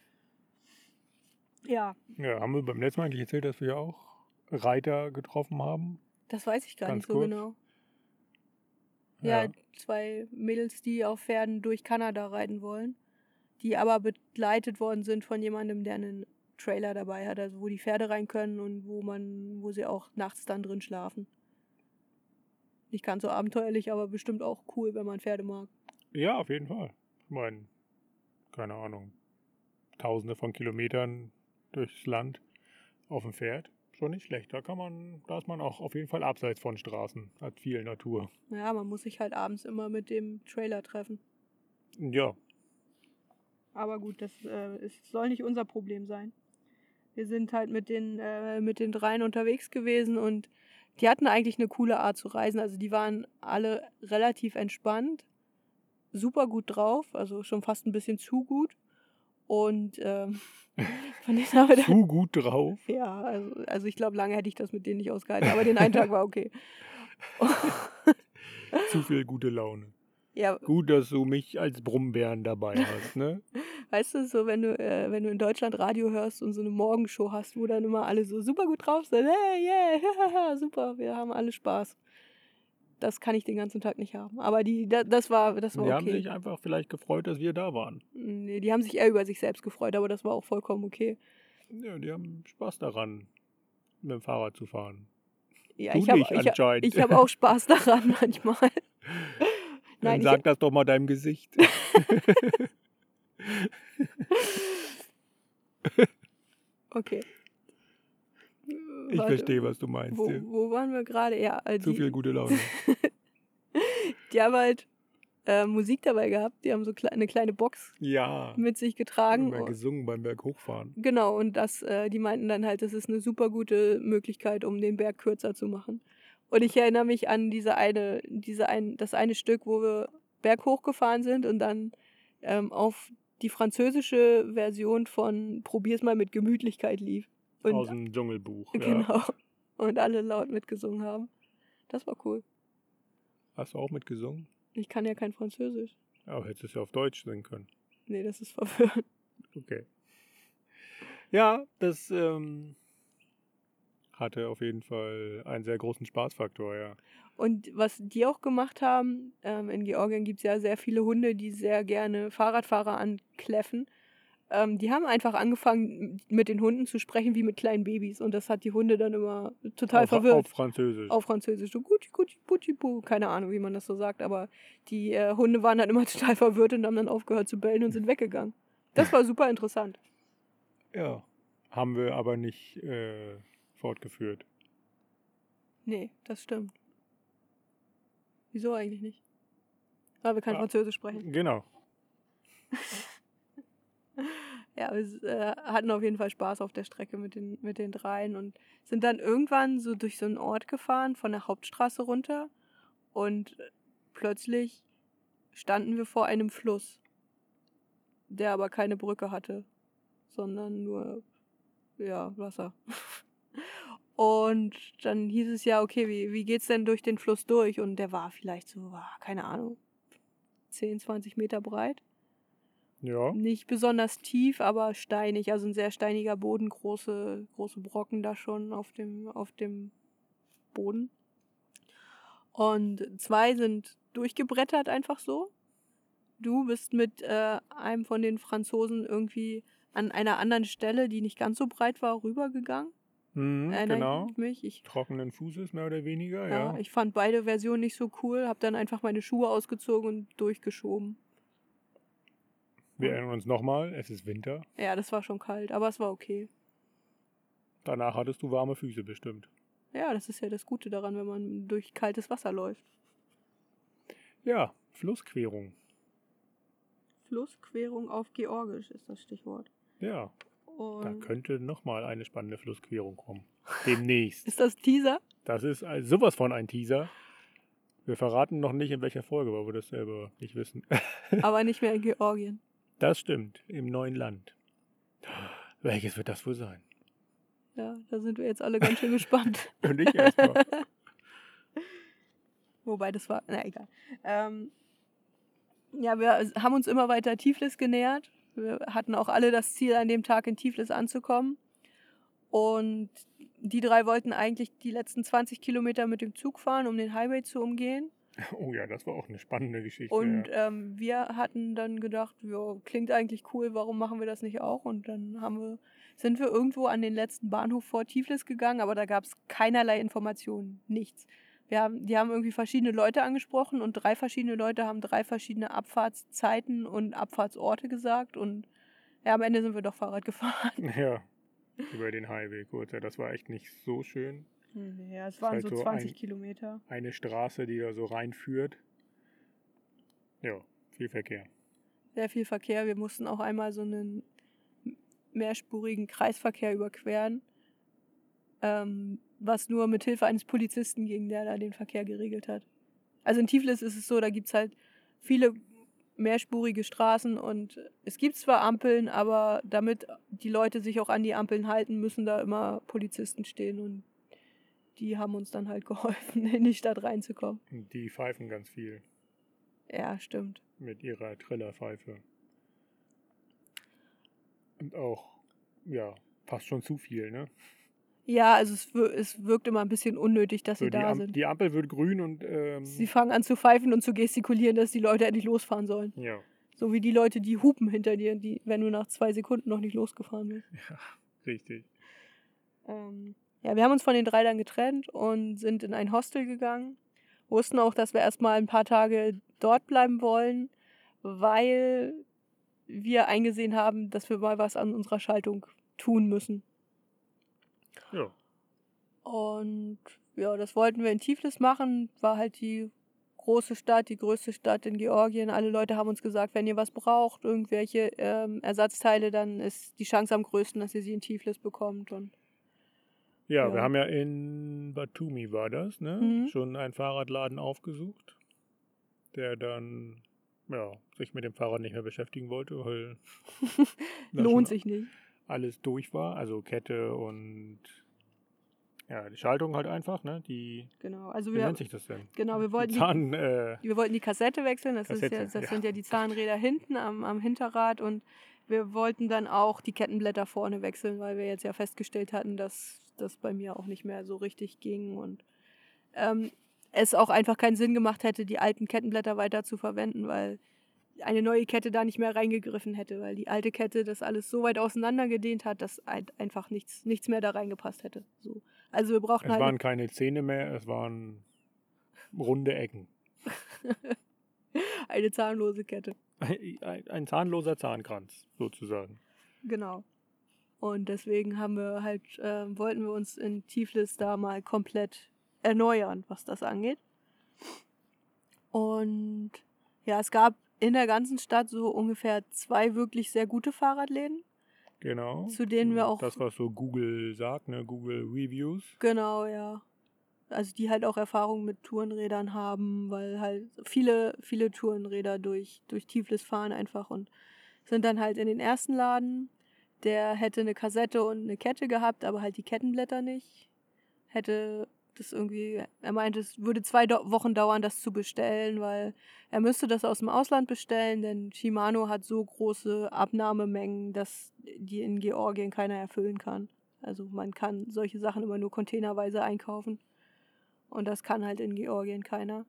Ja. Ja, haben wir beim letzten Mal eigentlich erzählt, dass wir auch Reiter getroffen haben? Das weiß ich gar Ganz nicht so kurz. genau. Ja, Ja. zwei Mädels, die auf Pferden durch Kanada reiten wollen, die aber begleitet worden sind von jemandem, der einen Trailer dabei hat, also wo die Pferde rein können und wo man, wo sie auch nachts dann drin schlafen. Nicht ganz so abenteuerlich, aber bestimmt auch cool, wenn man Pferde mag. Ja, auf jeden Fall. Ich meine, keine Ahnung, tausende von Kilometern durchs Land auf dem Pferd. Schon nicht schlecht. Da kann man, da ist man auch auf jeden Fall abseits von Straßen, hat viel Natur. Ja, man muss sich halt abends immer mit dem Trailer treffen. Ja. Aber gut, das äh, ist, soll nicht unser Problem sein. Wir sind halt mit den, äh, mit den dreien unterwegs gewesen und die hatten eigentlich eine coole Art zu reisen. Also die waren alle relativ entspannt, super gut drauf, also schon fast ein bisschen zu gut. Und ähm, von denen haben wir dann, Zu gut drauf. ja, also, also ich glaube, lange hätte ich das mit denen nicht ausgehalten, aber den einen Tag war okay. Zu viel gute Laune. Ja, Gut, dass du mich als Brummbären dabei hast, ne? weißt du, so wenn du, äh, wenn du in Deutschland Radio hörst und so eine Morgenshow hast, wo dann immer alle so super gut drauf sind, hey, yeah, super, wir haben alle Spaß. Das kann ich den ganzen Tag nicht haben. Aber die, da, das war, das war Die haben okay. sich einfach vielleicht gefreut, dass wir da waren. Nee, die haben sich eher über sich selbst gefreut, aber das war auch vollkommen okay. Ja, die haben Spaß daran, mit dem Fahrrad zu fahren. Ja, Du ich habe nicht ich, anscheinend. ich hab auch Spaß daran manchmal. Dann Nein, ich, sag das doch mal deinem Gesicht. okay. Ich Warte, verstehe, was du meinst. Wo, Ja. wo waren wir gerade? Ja, äh, Zu die, viel gute Laune. die haben halt äh, Musik dabei gehabt. Die haben so kle eine kleine Box Ja, mit sich getragen. immer gesungen beim Berg hochfahren. Genau, und das, äh, die meinten dann halt, das ist eine super gute Möglichkeit, um den Berg kürzer zu machen. Und ich erinnere mich an diese eine, diese ein, das eine Stück, wo wir berghoch gefahren sind und dann ähm, auf die französische Version von Probier's mal mit Gemütlichkeit lief. Und Aus dem Dschungelbuch. Ja. genau. Und alle laut mitgesungen haben. Das war cool. Hast du auch mitgesungen? Ich kann ja kein Französisch. Aber hättest du es ja auf Deutsch singen können. Nee, das ist verwirrend. Okay. Ja, das ähm, hatte auf jeden Fall einen sehr großen Spaßfaktor, ja. Und was die auch gemacht haben, ähm, in Georgien gibt es ja sehr viele Hunde, die sehr gerne Fahrradfahrer ankläffen. Ähm, die haben einfach angefangen, mit den Hunden zu sprechen wie mit kleinen Babys. Und das hat die Hunde dann immer total auf, verwirrt. Auf Französisch. Auf Französisch. So guti, guti, puti, pu. Keine Ahnung, wie man das so sagt. Aber die äh, Hunde waren dann immer total verwirrt und haben dann aufgehört zu bellen und sind weggegangen. Das war super interessant. Ja, haben wir aber nicht äh, fortgeführt. Nee, das stimmt. Wieso eigentlich nicht? Weil wir kein Ah, Französisch sprechen. Genau. Ja, wir äh, hatten auf jeden Fall Spaß auf der Strecke mit den, mit den dreien und sind dann irgendwann so durch so einen Ort gefahren, von der Hauptstraße runter. Und plötzlich standen wir vor einem Fluss, der aber keine Brücke hatte, sondern nur, ja, Wasser. Und dann hieß es ja, okay, wie, wie geht's denn durch den Fluss durch? Und der war vielleicht so, ah, keine Ahnung, zehn, zwanzig Meter breit. Ja. Nicht besonders tief, aber steinig, also ein sehr steiniger Boden, große, große Brocken da schon auf dem, auf dem Boden. Und zwei sind durchgebrettert einfach so. Du bist mit äh, einem von den Franzosen irgendwie an einer anderen Stelle, die nicht ganz so breit war, rübergegangen. Mhm, Erinnere genau. ich mich. Ich, Trockenen Fußes, mehr oder weniger, ja, ja. ich fand beide Versionen nicht so cool, habe dann einfach meine Schuhe ausgezogen und durchgeschoben. Wir erinnern uns nochmal, es ist Winter. Ja, das war schon kalt, aber es war okay. Danach hattest du warme Füße bestimmt. Ja, das ist ja das Gute daran, wenn man durch kaltes Wasser läuft. Ja, Flussquerung. Flussquerung auf Georgisch ist das Stichwort. Ja, Und da könnte nochmal eine spannende Flussquerung kommen. Demnächst. ist das Teaser? Das ist also sowas von ein Teaser. Wir verraten noch nicht, in welcher Folge, weil wir das selber nicht wissen. Aber nicht mehr in Georgien. Das stimmt, im neuen Land. Welches wird das wohl sein? Ja, da sind wir jetzt alle ganz schön gespannt. Und ich erstmal. Wobei, das war, na egal. Ähm, ja, wir haben uns immer weiter Tiflis genähert. Wir hatten auch alle das Ziel, an dem Tag in Tiflis anzukommen. Und die drei wollten eigentlich die letzten zwanzig Kilometer mit dem Zug fahren, um den Highway zu umgehen. Oh ja, das war auch eine spannende Geschichte. Und ja. ähm, wir hatten dann gedacht, ja, klingt eigentlich cool, warum machen wir das nicht auch? Und dann haben wir, sind wir irgendwo an den letzten Bahnhof vor Tiflis gegangen, aber da gab es keinerlei Informationen, nichts. Wir haben, die haben irgendwie verschiedene Leute angesprochen und drei verschiedene Leute haben drei verschiedene Abfahrtszeiten und Abfahrtsorte gesagt und ja, am Ende sind wir doch Fahrrad gefahren. Ja, über den Highway kurz. Ja, das war echt nicht so schön. Ja, es waren halt so so zwanzig ein- Kilometer. Eine Straße, die da so reinführt. Ja, viel Verkehr. Sehr viel Verkehr. Wir mussten auch einmal so einen mehrspurigen Kreisverkehr überqueren, ähm, was nur mit Hilfe eines Polizisten ging, der da den Verkehr geregelt hat. Also in Tiflis ist es so, da gibt es halt viele mehrspurige Straßen und es gibt zwar Ampeln, aber damit die Leute sich auch an die Ampeln halten, müssen da immer Polizisten stehen und die haben uns dann halt geholfen, in die Stadt reinzukommen. Und die pfeifen ganz viel Ja, stimmt. mit ihrer Trillerpfeife. Und auch, ja, fast schon zu viel, ne? Ja, also es, wir- es wirkt immer ein bisschen unnötig, dass So, sie die, da Am sind. die Ampel wird grün und ähm, Sie fangen an zu pfeifen und zu gestikulieren, dass die Leute endlich losfahren sollen. ja, So wie die Leute, die hupen hinter dir, die, wenn du nach zwei Sekunden noch nicht losgefahren bist. richtig. Ähm, ja, wir haben uns von den drei dann getrennt und sind in ein Hostel gegangen, wussten auch, dass wir erstmal ein paar Tage dort bleiben wollen, weil wir eingesehen haben, dass wir mal was an unserer Schaltung tun müssen. Ja. Und ja, das wollten wir in Tiflis machen, war halt die große Stadt, die größte Stadt in Georgien. Alle Leute haben uns gesagt, wenn ihr was braucht, irgendwelche ähm, Ersatzteile, dann ist die Chance am größten, dass ihr sie in Tiflis bekommt. Und Ja, Ja. wir haben ja in Batumi war das, ne? Mhm. Schon einen Fahrradladen aufgesucht, der dann ja, sich mit dem Fahrrad nicht mehr beschäftigen wollte, weil da schon lohnt sich nicht. alles durch war, also Kette und ja, die Schaltung halt einfach, ne? Die, Genau, also wie wir, nennt sich das denn? genau, wir Die wollten die, Zahn, äh, wir wollten die Kassette wechseln. Das, ist ja, Kassette, das ja. sind ja die Zahnräder hinten am, am Hinterrad. Und wir wollten dann auch die Kettenblätter vorne wechseln, weil wir jetzt ja festgestellt hatten, dass das bei mir auch nicht mehr so richtig ging. Und ähm, es auch einfach keinen Sinn gemacht hätte, die alten Kettenblätter weiter zu verwenden, weil eine neue Kette da nicht mehr reingegriffen hätte, weil die alte Kette das alles so weit auseinandergedehnt hat, dass halt einfach nichts, nichts mehr da reingepasst hätte. So. Also wir brauchten Es halt waren keine Zähne mehr, es waren runde Ecken. eine zahnlose Kette. Ein, ein, ein zahnloser Zahnkranz, sozusagen. Genau. Und deswegen haben wir halt, äh, wollten wir uns in Tiflis da mal komplett erneuern, was das angeht. Und ja, es gab in der ganzen Stadt so ungefähr zwei wirklich sehr gute Fahrradläden. Genau. Zu denen wir auch- Das, was so Google sagt, ne? Google Reviews. Genau, ja. Also die halt auch Erfahrung mit Tourenrädern haben, weil halt viele, viele Tourenräder durch, durch Tiflis fahren einfach und sind dann halt in den ersten Laden. Der hätte eine Kassette und eine Kette gehabt, aber halt die Kettenblätter nicht. Hätte das irgendwie, er meinte, es würde zwei Do- Wochen dauern, das zu bestellen, weil er müsste das aus dem Ausland bestellen, denn Shimano hat so große Abnahmemengen, dass die in Georgien keiner erfüllen kann. Also man kann solche Sachen immer nur containerweise einkaufen. Und das kann halt in Georgien keiner.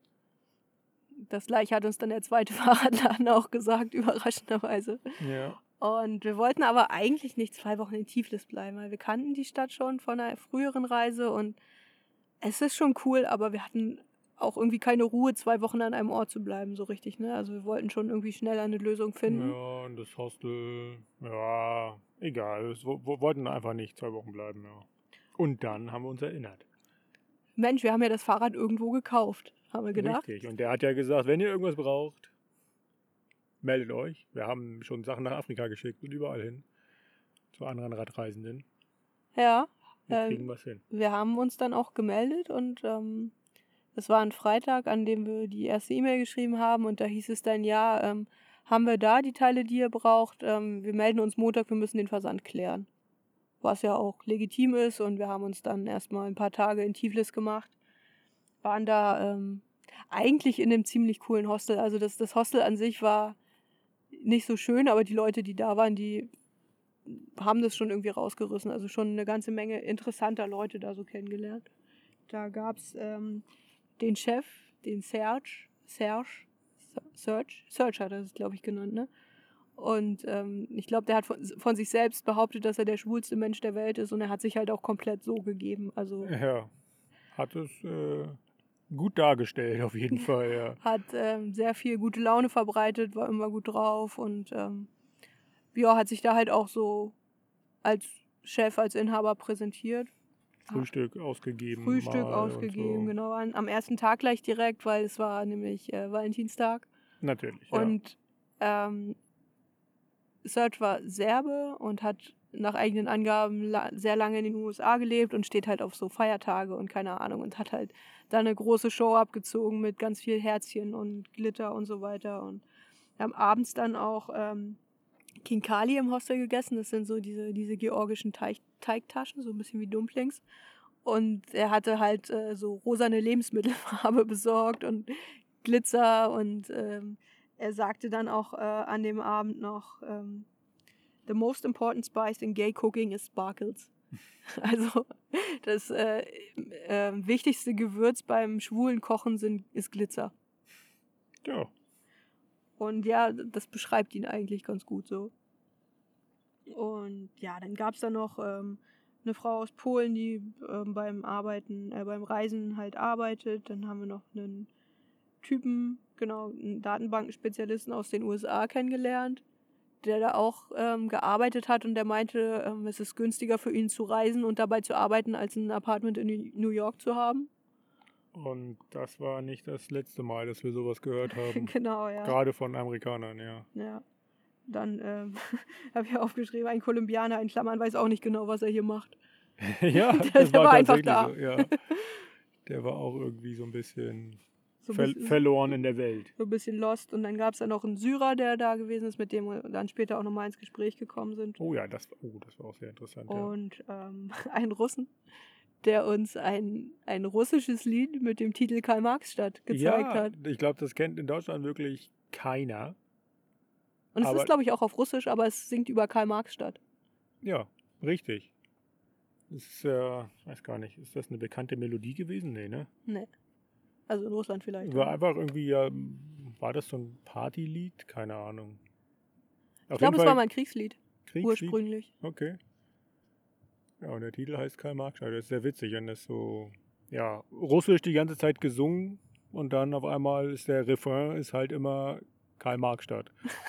Das gleiche hat uns dann der zweite Fahrradladen auch gesagt, überraschenderweise. Ja. Und wir wollten aber eigentlich nicht zwei Wochen in Tiflis bleiben, weil wir kannten die Stadt schon von einer früheren Reise und es ist schon cool, aber wir hatten auch irgendwie keine Ruhe, zwei Wochen an einem Ort zu bleiben, so richtig, ne? Also wir wollten schon irgendwie schneller eine Lösung finden. Ja, und das Hostel, ja, egal. Wir wo, wollten einfach nicht zwei Wochen bleiben, ja. Und dann haben wir uns erinnert. Mensch, wir haben ja das Fahrrad irgendwo gekauft, haben wir gedacht. Richtig. Und der hat ja gesagt, wenn ihr irgendwas braucht, meldet euch. Wir haben schon Sachen nach Afrika geschickt und überall hin. Zu anderen Radreisenden. Ja, Wir ähm, kriegen was hin. wir haben uns dann auch gemeldet und ähm, es war ein Freitag, an dem wir die erste E-Mail geschrieben haben und da hieß es dann, ja, ähm, haben wir da die Teile, die ihr braucht, ähm, wir melden uns Montag, wir müssen den Versand klären. Was ja auch legitim ist und wir haben uns dann erstmal ein paar Tage in Tiflis gemacht, waren da ähm, eigentlich in einem ziemlich coolen Hostel, also das, das Hostel an sich war nicht so schön, aber die Leute, die da waren, die haben das schon irgendwie rausgerissen, also schon eine ganze Menge interessanter Leute da so kennengelernt. Da gab es ähm, den Chef, den Serge, Serge, Serge, Serge hat er es, glaube ich, genannt, ne? Und ähm, ich glaube, der hat von, von sich selbst behauptet, dass er der schwulste Mensch der Welt ist und er hat sich halt auch komplett so gegeben. Also Ja, hat es äh, gut dargestellt, auf jeden Fall, ja. hat ähm, sehr viel gute Laune verbreitet, war immer gut drauf und ähm, ja, hat sich da halt auch so als Chef, als Inhaber präsentiert. Frühstück ausgegeben. Frühstück mal ausgegeben, und so. genau, an, am ersten Tag gleich direkt, weil es war nämlich äh, Valentinstag. Natürlich, Und ähm, Serge war Serbe und hat nach eigenen Angaben la- sehr lange in den U S A gelebt und steht halt auf so Feiertage und keine Ahnung und hat halt da eine große Show abgezogen mit ganz viel Herzchen und Glitter und so weiter. Und wir haben abends dann auch ähm, Kinkali im Hostel gegessen. Das sind so diese, diese georgischen Teig, Teigtaschen, so ein bisschen wie Dumplings. Und er hatte halt äh, so rosane Lebensmittelfarbe besorgt und Glitzer und ähm, er sagte dann auch äh, an dem Abend noch, ähm, the most important spice in gay cooking is sparkles. Also das äh, äh, wichtigste Gewürz beim schwulen Kochen sind, ist Glitzer. ja. Ja. Und ja, das beschreibt ihn eigentlich ganz gut so. Und ja, dann gab es da noch ähm, eine Frau aus Polen, die ähm, beim Arbeiten, äh, beim Reisen halt arbeitet. Dann haben wir noch einen Typen, genau, einen Datenbankenspezialisten aus den U S A kennengelernt, der da auch ähm, gearbeitet hat und der meinte, ähm, es ist günstiger für ihn zu reisen und dabei zu arbeiten, als ein Apartment in New York zu haben. Und das war nicht das letzte Mal, dass wir sowas gehört haben. Genau, ja. Gerade von Amerikanern, ja. Ja. Dann ähm, habe ich aufgeschrieben, ein Kolumbianer in Klammern weiß auch nicht genau, was er hier macht. Ja, der, das der war, war einfach tatsächlich da. so, ja. Der war auch irgendwie so ein bisschen, So ein ver bisschen verloren in der Welt. so ein bisschen lost. Und dann gab es dann noch einen Syrer, der da gewesen ist, mit dem wir dann später auch nochmal ins Gespräch gekommen sind. Oh ja, das, oh, das war auch sehr interessant. Und ähm, einen Russen, der uns ein, ein russisches Lied mit dem Titel Karl-Marx-Stadt gezeigt ja, hat. ich glaube, das kennt in Deutschland wirklich keiner. Und es aber, ist, glaube ich, auch auf Russisch, aber es singt über Karl-Marx-Stadt. Ja, richtig. Das ist ja, ich weiß gar nicht, ist das eine bekannte Melodie gewesen? Nee, ne? Nee. Also in Russland vielleicht. War ja. einfach irgendwie, ja, war das so ein Partylied? Keine Ahnung. Ich glaube, es war mal ein Kriegslied. Kriegslied? Ursprünglich. Okay. Ja, und der Titel heißt Karl-Marx-Stadt. Das ist sehr witzig, wenn das so, ja, russisch die ganze Zeit gesungen und dann auf einmal ist der Refrain ist halt immer Karl-Marx-Stadt.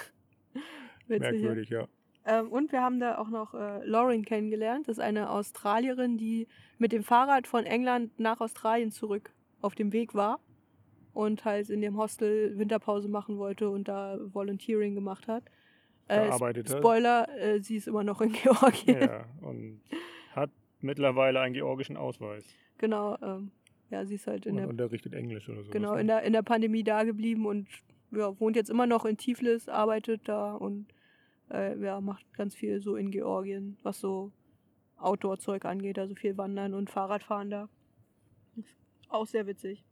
Merkwürdig, ja. Ähm, und wir haben da auch noch äh, Lauren kennengelernt. Das ist eine Australierin, die mit dem Fahrrad von England nach Australien zurück auf dem Weg war und halt in dem Hostel Winterpause machen wollte und da Volunteering gemacht hat. Äh, Gearbeitet hat. Spoiler, äh, sie ist immer noch in Georgien. Ja, und hat mittlerweile einen georgischen Ausweis. Genau, ähm, ja, sie ist halt in und der unterrichtet Englisch oder so. genau in der in der Pandemie da geblieben und ja, wohnt jetzt immer noch in Tiflis, arbeitet da und äh, ja, macht ganz viel so in Georgien, was so Outdoor-Zeug angeht, also viel Wandern und Fahrradfahren da. Auch sehr witzig.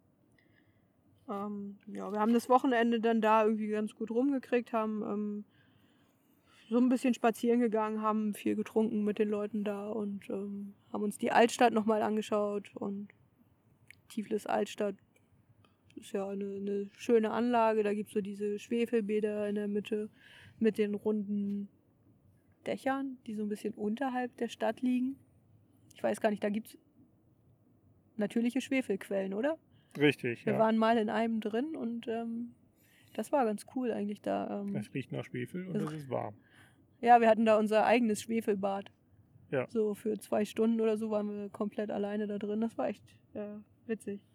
Ähm, ja, wir haben das Wochenende dann da irgendwie ganz gut rumgekriegt, haben ähm, so ein bisschen spazieren gegangen, haben viel getrunken mit den Leuten da und ähm, haben uns die Altstadt nochmal angeschaut und Tiflis Altstadt ist ja eine, eine schöne Anlage, da gibt es so diese Schwefelbäder in der Mitte mit den runden Dächern, die so ein bisschen unterhalb der Stadt liegen. Ich weiß gar nicht, da gibt es natürliche Schwefelquellen, oder? Richtig, Wir ja. waren mal in einem drin und ähm, das war ganz cool eigentlich da. Ähm, Es riecht nach Schwefel und es ist warm. Ja, wir hatten da unser eigenes Schwefelbad. Ja. So für zwei Stunden oder so waren wir komplett alleine da drin. Das war echt äh, witzig.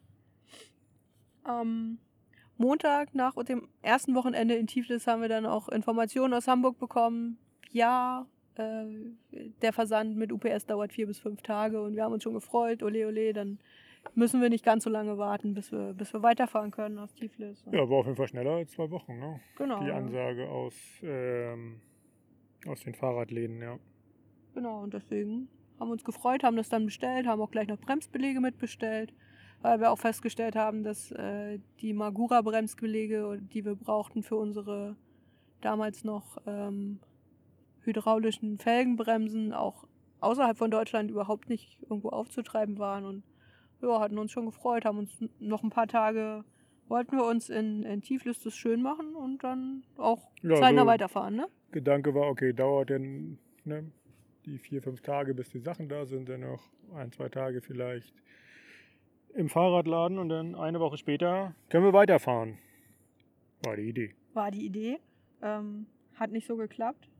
Am Montag nach dem ersten Wochenende in Tiflis haben wir dann auch Informationen aus Hamburg bekommen. Ja, äh, der Versand mit U P S dauert vier bis fünf Tage und wir haben uns schon gefreut. Ole, ole, dann müssen wir nicht ganz so lange warten, bis wir, bis wir weiterfahren können aus Tiflis. Ja, war auf jeden Fall schneller als zwei Wochen, ne? Genau. Die Ansage aus, ähm, aus den Fahrradläden, ja. Genau, und deswegen haben wir uns gefreut, haben das dann bestellt, haben auch gleich noch Bremsbeläge mitbestellt, weil wir auch festgestellt haben, dass äh, die Magura-Bremsbeläge, die wir brauchten für unsere damals noch ähm, hydraulischen Felgenbremsen, auch außerhalb von Deutschland überhaupt nicht irgendwo aufzutreiben waren. Und ja, hatten uns schon gefreut, haben uns noch ein paar Tage, wollten wir uns in, in Tiflis das schön machen und dann auch Ja, zeitnah so weiterfahren, ne? Gedanke war, okay, dauert denn ne, die vier, fünf Tage, bis die Sachen da sind, dann noch ein, zwei Tage vielleicht im Fahrradladen und dann eine Woche später können wir weiterfahren. War die Idee. War die Idee. Ähm, hat nicht so geklappt.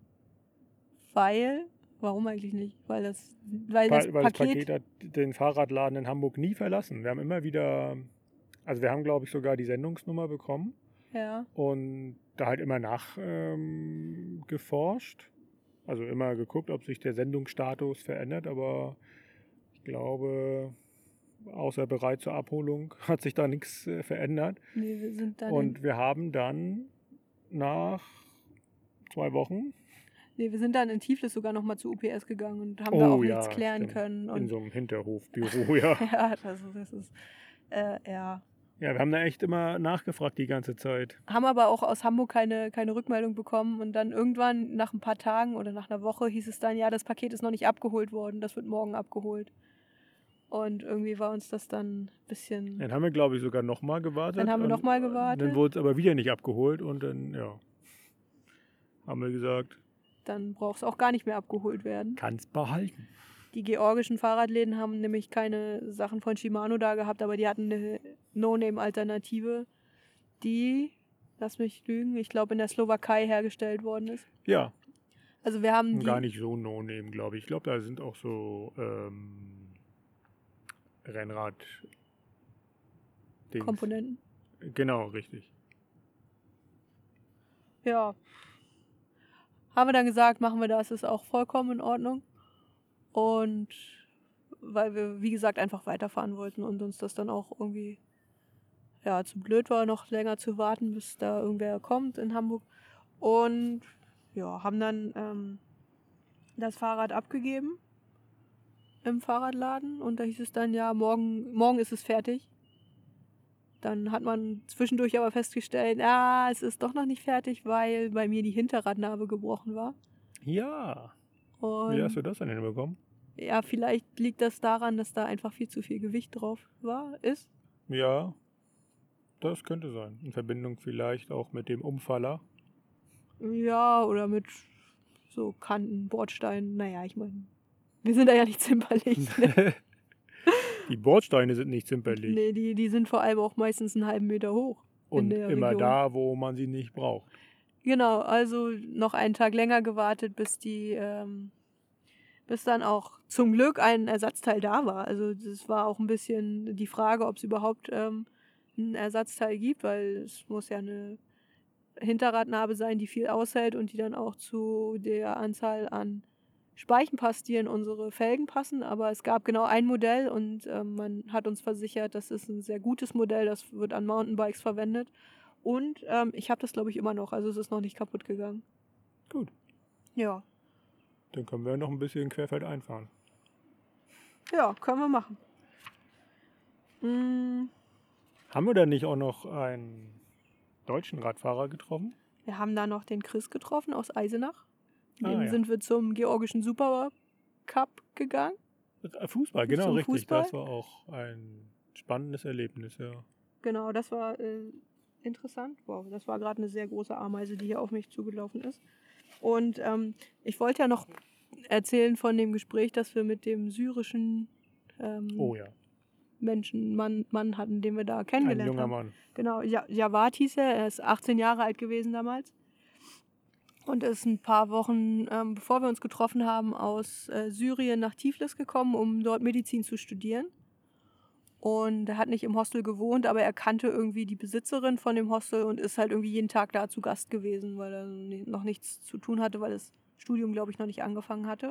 Weil, warum eigentlich nicht? Weil das, weil das, Weil, weil Paket, das Paket hat den Fahrradladen in Hamburg nie verlassen. Wir haben immer wieder, also wir haben glaube ich sogar die Sendungsnummer bekommen ja, und da halt immer nachgeforscht. Ähm, geforscht. Also immer geguckt, ob sich der Sendungsstatus verändert, aber ich glaube, außer bereit zur Abholung hat sich da nichts äh, verändert. nee, wir sind dann Und in, wir haben dann nach zwei Wochen nee, wir sind dann in Tiflis sogar nochmal zu U P S gegangen und haben da Oh auch ja, nichts klären stimmt. können. Und in so einem Hinterhofbüro, ja. ja, das ist, das ist äh, ja. Ja, wir haben da echt immer nachgefragt die ganze Zeit. Haben aber auch aus Hamburg keine, keine Rückmeldung bekommen und dann irgendwann nach ein paar Tagen oder nach einer Woche hieß es dann, ja, das Paket ist noch nicht abgeholt worden, das wird morgen abgeholt. Und irgendwie war uns das dann ein bisschen... Dann haben wir, glaube ich, sogar nochmal gewartet. Dann haben wir und, noch mal äh, gewartet. Dann wurde es aber wieder nicht abgeholt und dann, ja, haben wir gesagt, Dann braucht es auch gar nicht mehr abgeholt werden. kannst behalten. Die georgischen Fahrradläden haben nämlich keine Sachen von Shimano da gehabt, aber die hatten eine No-Name-Alternative, die, lass mich lügen, ich glaube in der Slowakei hergestellt worden ist. Ja. Also wir haben die... Gar nicht so No-Name, glaube ich. Ich glaube, da sind auch so ähm, Rennrad... Dings. Komponenten. Genau, richtig. Ja. Haben wir dann gesagt, machen wir das, ist auch vollkommen in Ordnung. Und weil wir, wie gesagt, einfach weiterfahren wollten und uns das dann auch irgendwie ja, zu blöd war, noch länger zu warten, bis da irgendwer kommt in Hamburg. Und ja, haben dann ähm, das Fahrrad abgegeben im Fahrradladen und da hieß es dann, ja, morgen, morgen ist es fertig. Dann hat man zwischendurch aber festgestellt, ah, es ist doch noch nicht fertig, weil bei mir die Hinterradnabe gebrochen war. Ja. Und Wie hast du das denn hinbekommen? ja, vielleicht liegt das daran, dass da einfach viel zu viel Gewicht drauf war, ist. Ja, das könnte sein. In Verbindung vielleicht auch mit dem Umfaller. Ja, oder mit so Kanten, Bordsteinen. Naja, ich meine, wir sind da ja nicht zimperlich. Ne? Die Bordsteine sind nicht zimperlich. Nee, die, die sind vor allem auch meistens einen halben Meter hoch. Und in der immer Region. da, wo man sie nicht braucht. Genau, also noch einen Tag länger gewartet, bis die, ähm, bis dann auch zum Glück ein Ersatzteil da war. Also das war auch ein bisschen die Frage, ob es überhaupt ähm, ein Ersatzteil gibt, weil es muss ja eine Hinterradnabe sein, die viel aushält und die dann auch zu der Anzahl an Speichen passt, die in unsere Felgen passen. Aber es gab genau ein Modell und ähm, man hat uns versichert, das ist ein sehr gutes Modell, das wird an Mountainbikes verwendet. Und ähm, ich habe das, glaube ich, immer noch, also es ist noch nicht kaputt gegangen. Gut. Ja. Dann können wir noch ein bisschen querfeld einfahren. Ja, können wir machen. Mm, Haben wir da nicht auch noch einen deutschen Radfahrer getroffen? wir haben da noch den Chris getroffen aus Eisenach. Mit Ah, dem ja. sind wir zum georgischen Supercup gegangen. Fußball, genau, Zum richtig. Fußball? Das war auch ein spannendes Erlebnis, ja. Genau, das war äh, interessant. Wow, das war gerade eine sehr große Ameise, die hier auf mich zugelaufen ist. Und ähm, ich wollte ja noch erzählen von dem Gespräch, das wir mit dem syrischen ähm, Oh ja, Menschen, Mann, Mann hatten, den wir da ein kennengelernt junger haben. Mann. Genau, ja, Jawad hieß er, er ist achtzehn Jahre alt gewesen damals. Und ist ein paar Wochen, ähm, bevor wir uns getroffen haben, aus äh, Syrien nach Tiflis gekommen, um dort Medizin zu studieren. Und er hat nicht im Hostel gewohnt, aber er kannte irgendwie die Besitzerin von dem Hostel und ist halt irgendwie jeden Tag da zu Gast gewesen, weil er noch nichts zu tun hatte, weil das Studium, glaube ich, noch nicht angefangen hatte.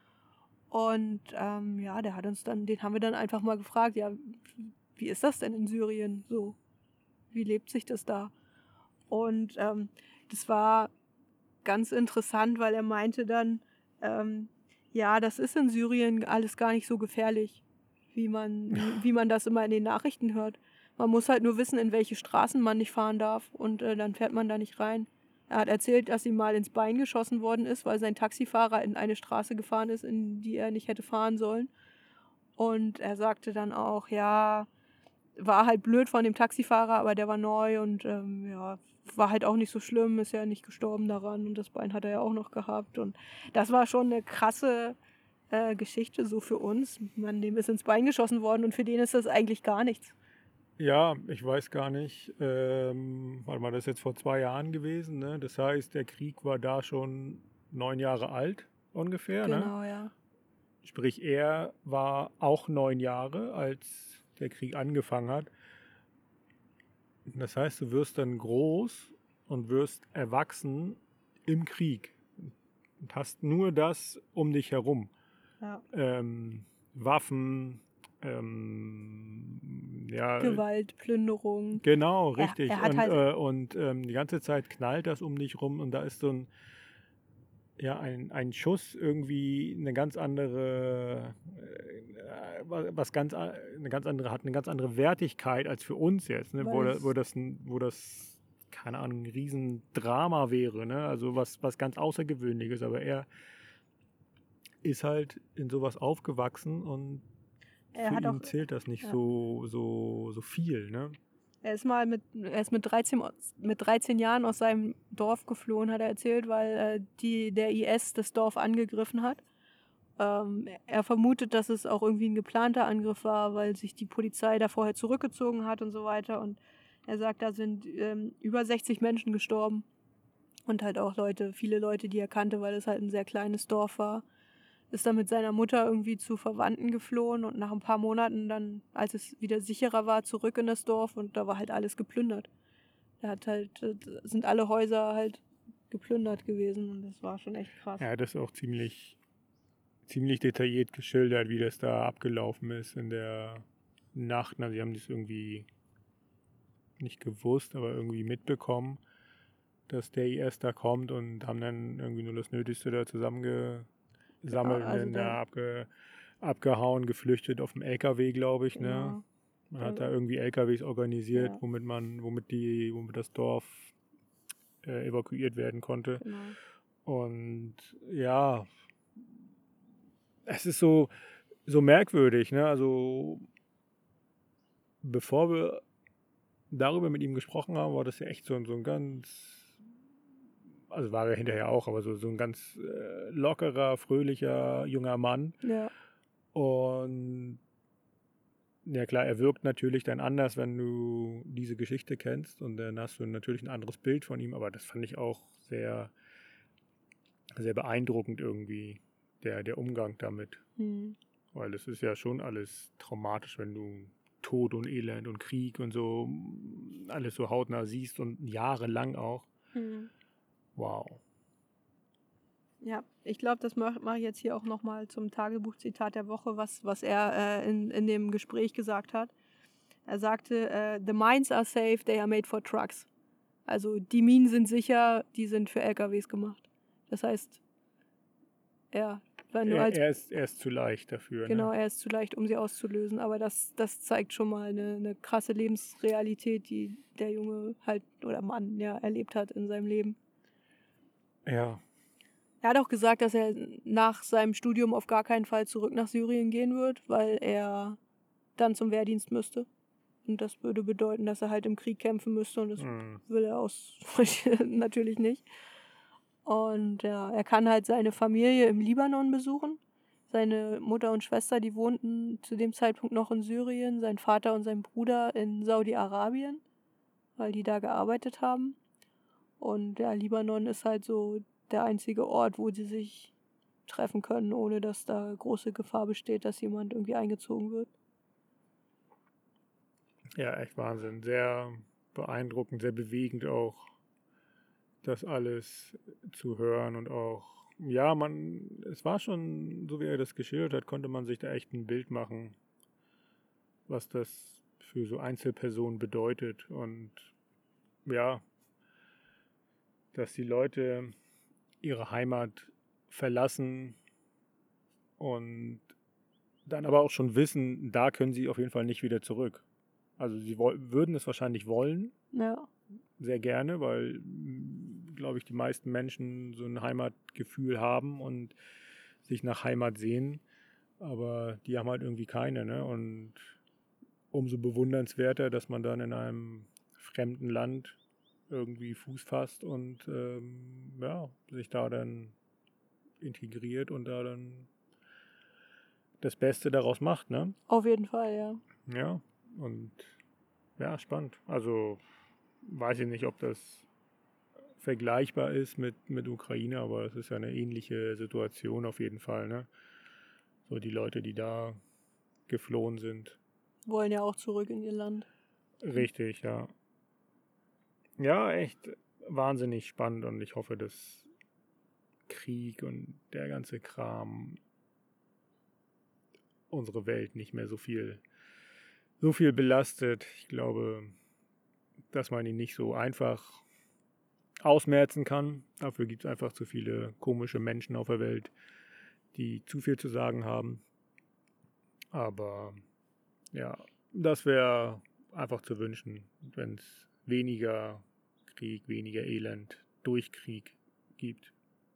Und ähm, ja, der hat uns dann, den haben wir dann einfach mal gefragt, ja, wie ist das denn in Syrien so? Wie lebt sich das da? Und ähm, das war ganz interessant, weil er meinte dann, ähm, ja, das ist in Syrien alles gar nicht so gefährlich, wie man, wie, wie man das immer in den Nachrichten hört. Man muss halt nur wissen, in welche Straßen man nicht fahren darf und äh, dann fährt man da nicht rein. Er hat erzählt, dass ihm mal ins Bein geschossen worden ist, weil sein Taxifahrer in eine Straße gefahren ist, in die er nicht hätte fahren sollen. Und er sagte dann auch, ja, war halt blöd von dem Taxifahrer, aber der war neu und ähm, ja, war halt auch nicht so schlimm, ist ja nicht gestorben daran und das Bein hat er ja auch noch gehabt. Und das war schon eine krasse äh, Geschichte so für uns. Man, dem ist ins Bein geschossen worden und für den ist das eigentlich gar nichts. Ja, ich weiß gar nicht, ähm, warte mal, das ist jetzt vor zwei Jahren gewesen, ne? Das heißt, der Krieg war da schon neun Jahre alt ungefähr, ne? Genau, ja. Sprich, er war auch neun Jahre, als der Krieg angefangen hat. Das heißt, du wirst dann groß und wirst erwachsen im Krieg und hast nur das um dich herum. Ja. Ähm, Waffen, ähm, ja, Gewalt, Plünderung. genau, Er- richtig. er hat und halt- äh, und ähm, die ganze Zeit knallt das um dich rum und da ist so ein, ja, ein, ein Schuss irgendwie eine ganz andere, äh, was ganz, a- eine ganz andere, hat eine ganz andere Wertigkeit als für uns jetzt, ne? Wo, Weil da- es- wo das, ein- wo das, keine Ahnung, ein Riesendrama wäre, ne? Also was, was ganz Außergewöhnliches, aber er ist halt in sowas aufgewachsen und Er für hat ihn auch, zählt das nicht ja. so, so, so viel, ne? er ist mal mit, er ist mit dreizehn, mit dreizehn Jahren aus seinem Dorf geflohen, hat er erzählt, weil äh, die, der I S das Dorf angegriffen hat. Ähm, er vermutet, dass es auch irgendwie ein geplanter Angriff war, weil sich die Polizei da vorher zurückgezogen hat und so weiter. Und er sagt, da sind ähm, über sechzig Menschen gestorben. Und halt auch Leute, viele Leute, die er kannte, weil es halt ein sehr kleines Dorf war. Ist dann mit seiner Mutter irgendwie zu Verwandten geflohen und nach ein paar Monaten dann, als es wieder sicherer war, zurück in das Dorf und da war halt alles geplündert. Da hat halt, äh, sind alle Häuser halt geplündert gewesen und das war schon echt krass. Er hat das auch ziemlich, ziemlich detailliert geschildert, wie das da abgelaufen ist in der Nacht. Na, sie haben das irgendwie nicht gewusst, aber irgendwie mitbekommen, dass der I S da kommt und haben dann irgendwie nur das Nötigste da zusammengesammelt Genau, und also dann der- da abge, abgehauen, geflüchtet auf dem L K W, glaube ich, ne? Genau. Man Der- hat da irgendwie L K Ws organisiert, Ja. womit man, womit die, womit das Dorf äh, evakuiert werden konnte. Genau. Und ja, es ist so, so merkwürdig, ne? Also bevor wir darüber mit ihm gesprochen haben, war das ja echt so, so ein ganz, also war er hinterher auch, aber so, so ein ganz äh, lockerer, fröhlicher, junger Mann. Ja. Und ja klar, er wirkt natürlich dann anders, wenn du diese Geschichte kennst und dann hast du natürlich ein anderes Bild von ihm, aber das fand ich auch sehr, sehr beeindruckend irgendwie, der, der Umgang damit. Hm. Weil es ist ja schon alles traumatisch, wenn du Tod und Elend und Krieg und so alles so hautnah siehst und jahrelang auch. Hm. Wow. Ja, ich glaube, das mache mach ich jetzt hier auch nochmal zum Tagebuchzitat der Woche, was, was er äh, in, in dem Gespräch gesagt hat. Er sagte, äh, the mines are safe, they are made for trucks. Also die Minen sind sicher, die sind für L K Ws gemacht. Das heißt, ja, wenn du Er, als er, ist, er ist zu leicht dafür. genau, Ne? er ist zu leicht, um sie auszulösen, aber das, das zeigt schon mal eine, eine krasse Lebensrealität, die der Junge halt oder Mann ja erlebt hat in seinem Leben. Ja. Er hat auch gesagt, dass er nach seinem Studium auf gar keinen Fall zurück nach Syrien gehen wird, weil er dann zum Wehrdienst müsste. Und das würde bedeuten, dass er halt im Krieg kämpfen müsste und das Hm. will er aus natürlich nicht. Und ja, er kann halt seine Familie im Libanon besuchen. Seine Mutter und Schwester, die wohnten zu dem Zeitpunkt noch in Syrien. Sein Vater und sein Bruder in Saudi-Arabien, weil die da gearbeitet haben. Und der Libanon ist halt so der einzige Ort, wo sie sich treffen können, ohne dass da große Gefahr besteht, dass jemand irgendwie eingezogen wird. Ja, echt Wahnsinn. Sehr beeindruckend, sehr bewegend auch, das alles zu hören und auch, ja, man, es war schon, so wie er das geschildert hat, konnte man sich da echt ein Bild machen, was das für so Einzelpersonen bedeutet und ja, dass die Leute ihre Heimat verlassen und dann aber auch schon wissen, da können sie auf jeden Fall nicht wieder zurück. Also sie woll- würden es wahrscheinlich wollen, Ja, sehr gerne, weil, glaube ich, die meisten Menschen so ein Heimatgefühl haben und sich nach Heimat sehen, aber die haben halt irgendwie keine, ne? Und umso bewundernswerter, dass man dann in einem fremden Land irgendwie Fuß fasst und ähm, ja, sich da dann integriert und da dann das Beste daraus macht, ne? auf jeden Fall, ja. Ja, und ja, spannend. Also weiß ich nicht, ob das vergleichbar ist mit, mit Ukraine, aber es ist ja eine ähnliche Situation auf jeden Fall, ne? So die Leute, die da geflohen sind. Wollen ja auch zurück in ihr Land. Richtig, ja. Ja, echt wahnsinnig spannend und ich hoffe, dass Krieg und der ganze Kram unsere Welt nicht mehr so viel, so viel belastet. Ich glaube, dass man ihn nicht so einfach ausmerzen kann. Dafür gibt es einfach zu viele komische Menschen auf der Welt, die zu viel zu sagen haben. Aber ja, das wäre einfach zu wünschen, wenn es weniger Krieg, weniger Elend durch Krieg gibt.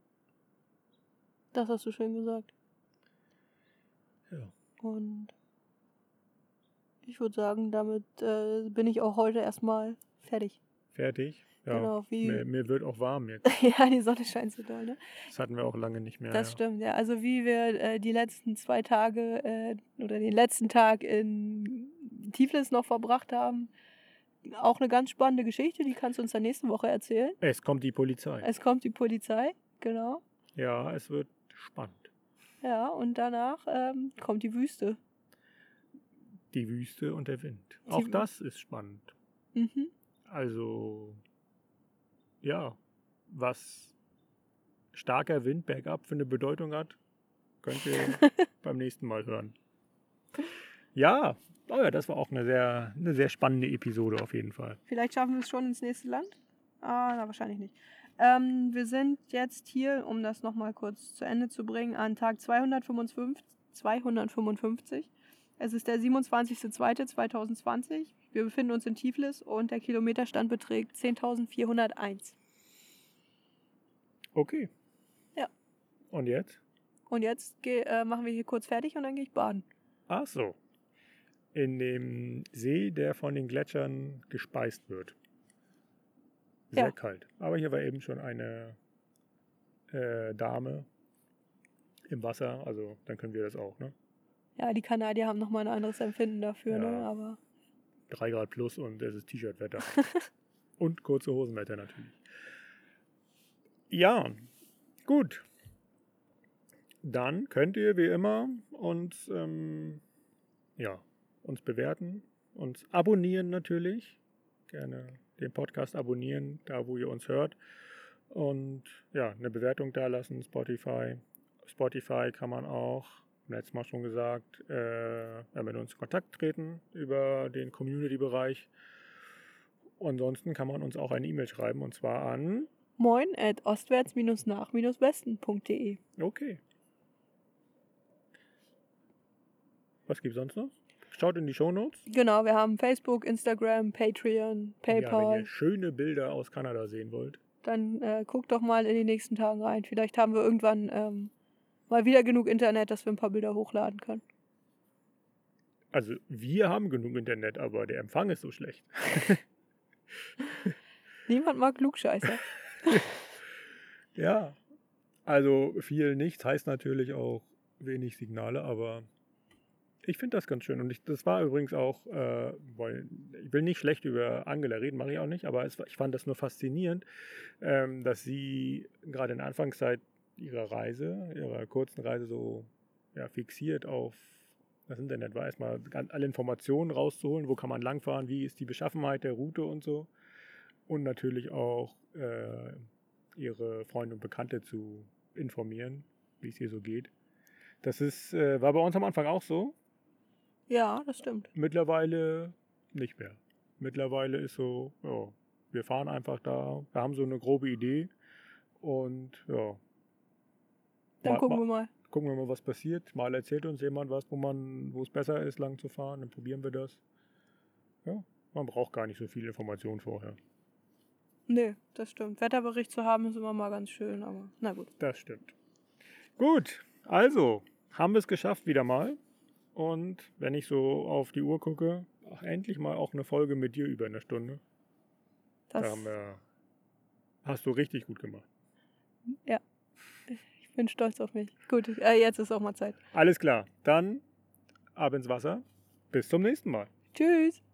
Das hast du schön gesagt. Ja. Und ich würde sagen, damit äh, bin ich auch heute erstmal fertig. fertig. Ja, Genau, wie. mir, mir wird auch warm jetzt. Ja, die Sonne scheint so doll, ne? Das hatten wir auch lange nicht mehr. Das ja. stimmt, ja. Also wie wir äh, die letzten zwei Tage äh, oder den letzten Tag in Tiflis noch verbracht haben. Auch eine ganz spannende Geschichte, die kannst du uns dann nächste Woche erzählen. Es kommt die Polizei. Es kommt die Polizei, genau. Ja, es wird spannend. Ja, und danach ähm, kommt die Wüste. Die Wüste und der Wind. Die Auch Wü- das ist spannend. Mhm. Also, ja, was starker Wind bergab für eine Bedeutung hat, könnt ihr beim nächsten Mal hören. Ja, oh ja, das war auch eine sehr, eine sehr spannende Episode auf jeden Fall. Vielleicht schaffen wir es schon ins nächste Land. Ah, na, wahrscheinlich nicht. Ähm, wir sind jetzt hier, um das nochmal kurz zu Ende zu bringen, an Tag zweihundertfünfundfünfzig. zweihundertfünfundfünfzig. Es ist der siebenundzwanzigster zweiter zweitausendzwanzig. Wir befinden uns in Tiflis und der Kilometerstand beträgt zehntausendvierhunderteins. Okay. Ja. Und jetzt? Und jetzt geh, äh, machen wir hier kurz fertig und dann gehe ich baden. Ach so. In dem See, der von den Gletschern gespeist wird. Sehr Ja. kalt. Aber hier war eben schon eine äh, Dame im Wasser. Also dann können wir das auch, ne? Ja, die Kanadier haben nochmal ein anderes Empfinden dafür, Ja. ne? Aber drei Grad plus und es ist T-Shirt-Wetter. Und kurze Hosenwetter natürlich. Ja, gut. Dann könnt ihr wie immer uns, ähm, ja, uns bewerten, uns abonnieren natürlich. Gerne den Podcast abonnieren, da wo ihr uns hört. Und ja, eine Bewertung da lassen, Spotify. Spotify kann man auch, letztes Mal schon gesagt, äh, mit uns in Kontakt treten über den Community-Bereich. Ansonsten kann man uns auch eine E-Mail schreiben und zwar an moin at ostwärts-nach-westen.de. okay. Was gibt es sonst noch? Schaut in die Shownotes. Genau, wir haben Facebook, Instagram, Patreon, Ja, wenn PayPal. ihr schöne Bilder aus Kanada sehen wollt. Dann äh, guckt doch mal in den nächsten Tagen rein. Vielleicht haben wir irgendwann ähm, mal wieder genug Internet, dass wir ein paar Bilder hochladen können. Also wir haben genug Internet, aber der Empfang ist so schlecht. Niemand mag Klugscheißer. Ja, also viel nichts heißt natürlich auch wenig Signale, aber ich finde das ganz schön. Und ich, das war übrigens auch, äh, weil ich will nicht schlecht über Angela reden, mache ich auch nicht, aber es, ich fand das nur faszinierend, ähm, dass sie gerade in der Anfangszeit ihrer Reise, ihrer kurzen Reise so ja, fixiert auf das Internet war, erstmal alle Informationen rauszuholen, wo kann man langfahren, wie ist die Beschaffenheit der Route und so. Und natürlich auch äh, ihre Freunde und Bekannte zu informieren, wie es ihr so geht. Das ist, äh, war bei uns am Anfang auch so. Ja, das stimmt. Mittlerweile nicht mehr. Mittlerweile ist so, ja, wir fahren einfach da, wir haben so eine grobe Idee und ja. Dann mal, gucken mal, wir mal. Gucken wir mal, was passiert. Mal erzählt uns jemand was, wo man, wo es besser ist, lang zu fahren, dann probieren wir das. Ja, man braucht gar nicht so viel Information vorher. Nee, das stimmt. Wetterbericht zu haben ist immer mal ganz schön, aber na gut. Das stimmt. Gut, also haben wir es geschafft wieder mal. Und wenn ich so auf die Uhr gucke, ach, endlich mal auch eine Folge mit dir über eine Stunde. Das, Da haben wir, hast du richtig gut gemacht. ja, ich bin stolz auf mich. Gut, äh, jetzt ist auch mal Zeit. Alles klar, dann ab ins Wasser. Bis zum nächsten Mal. Tschüss.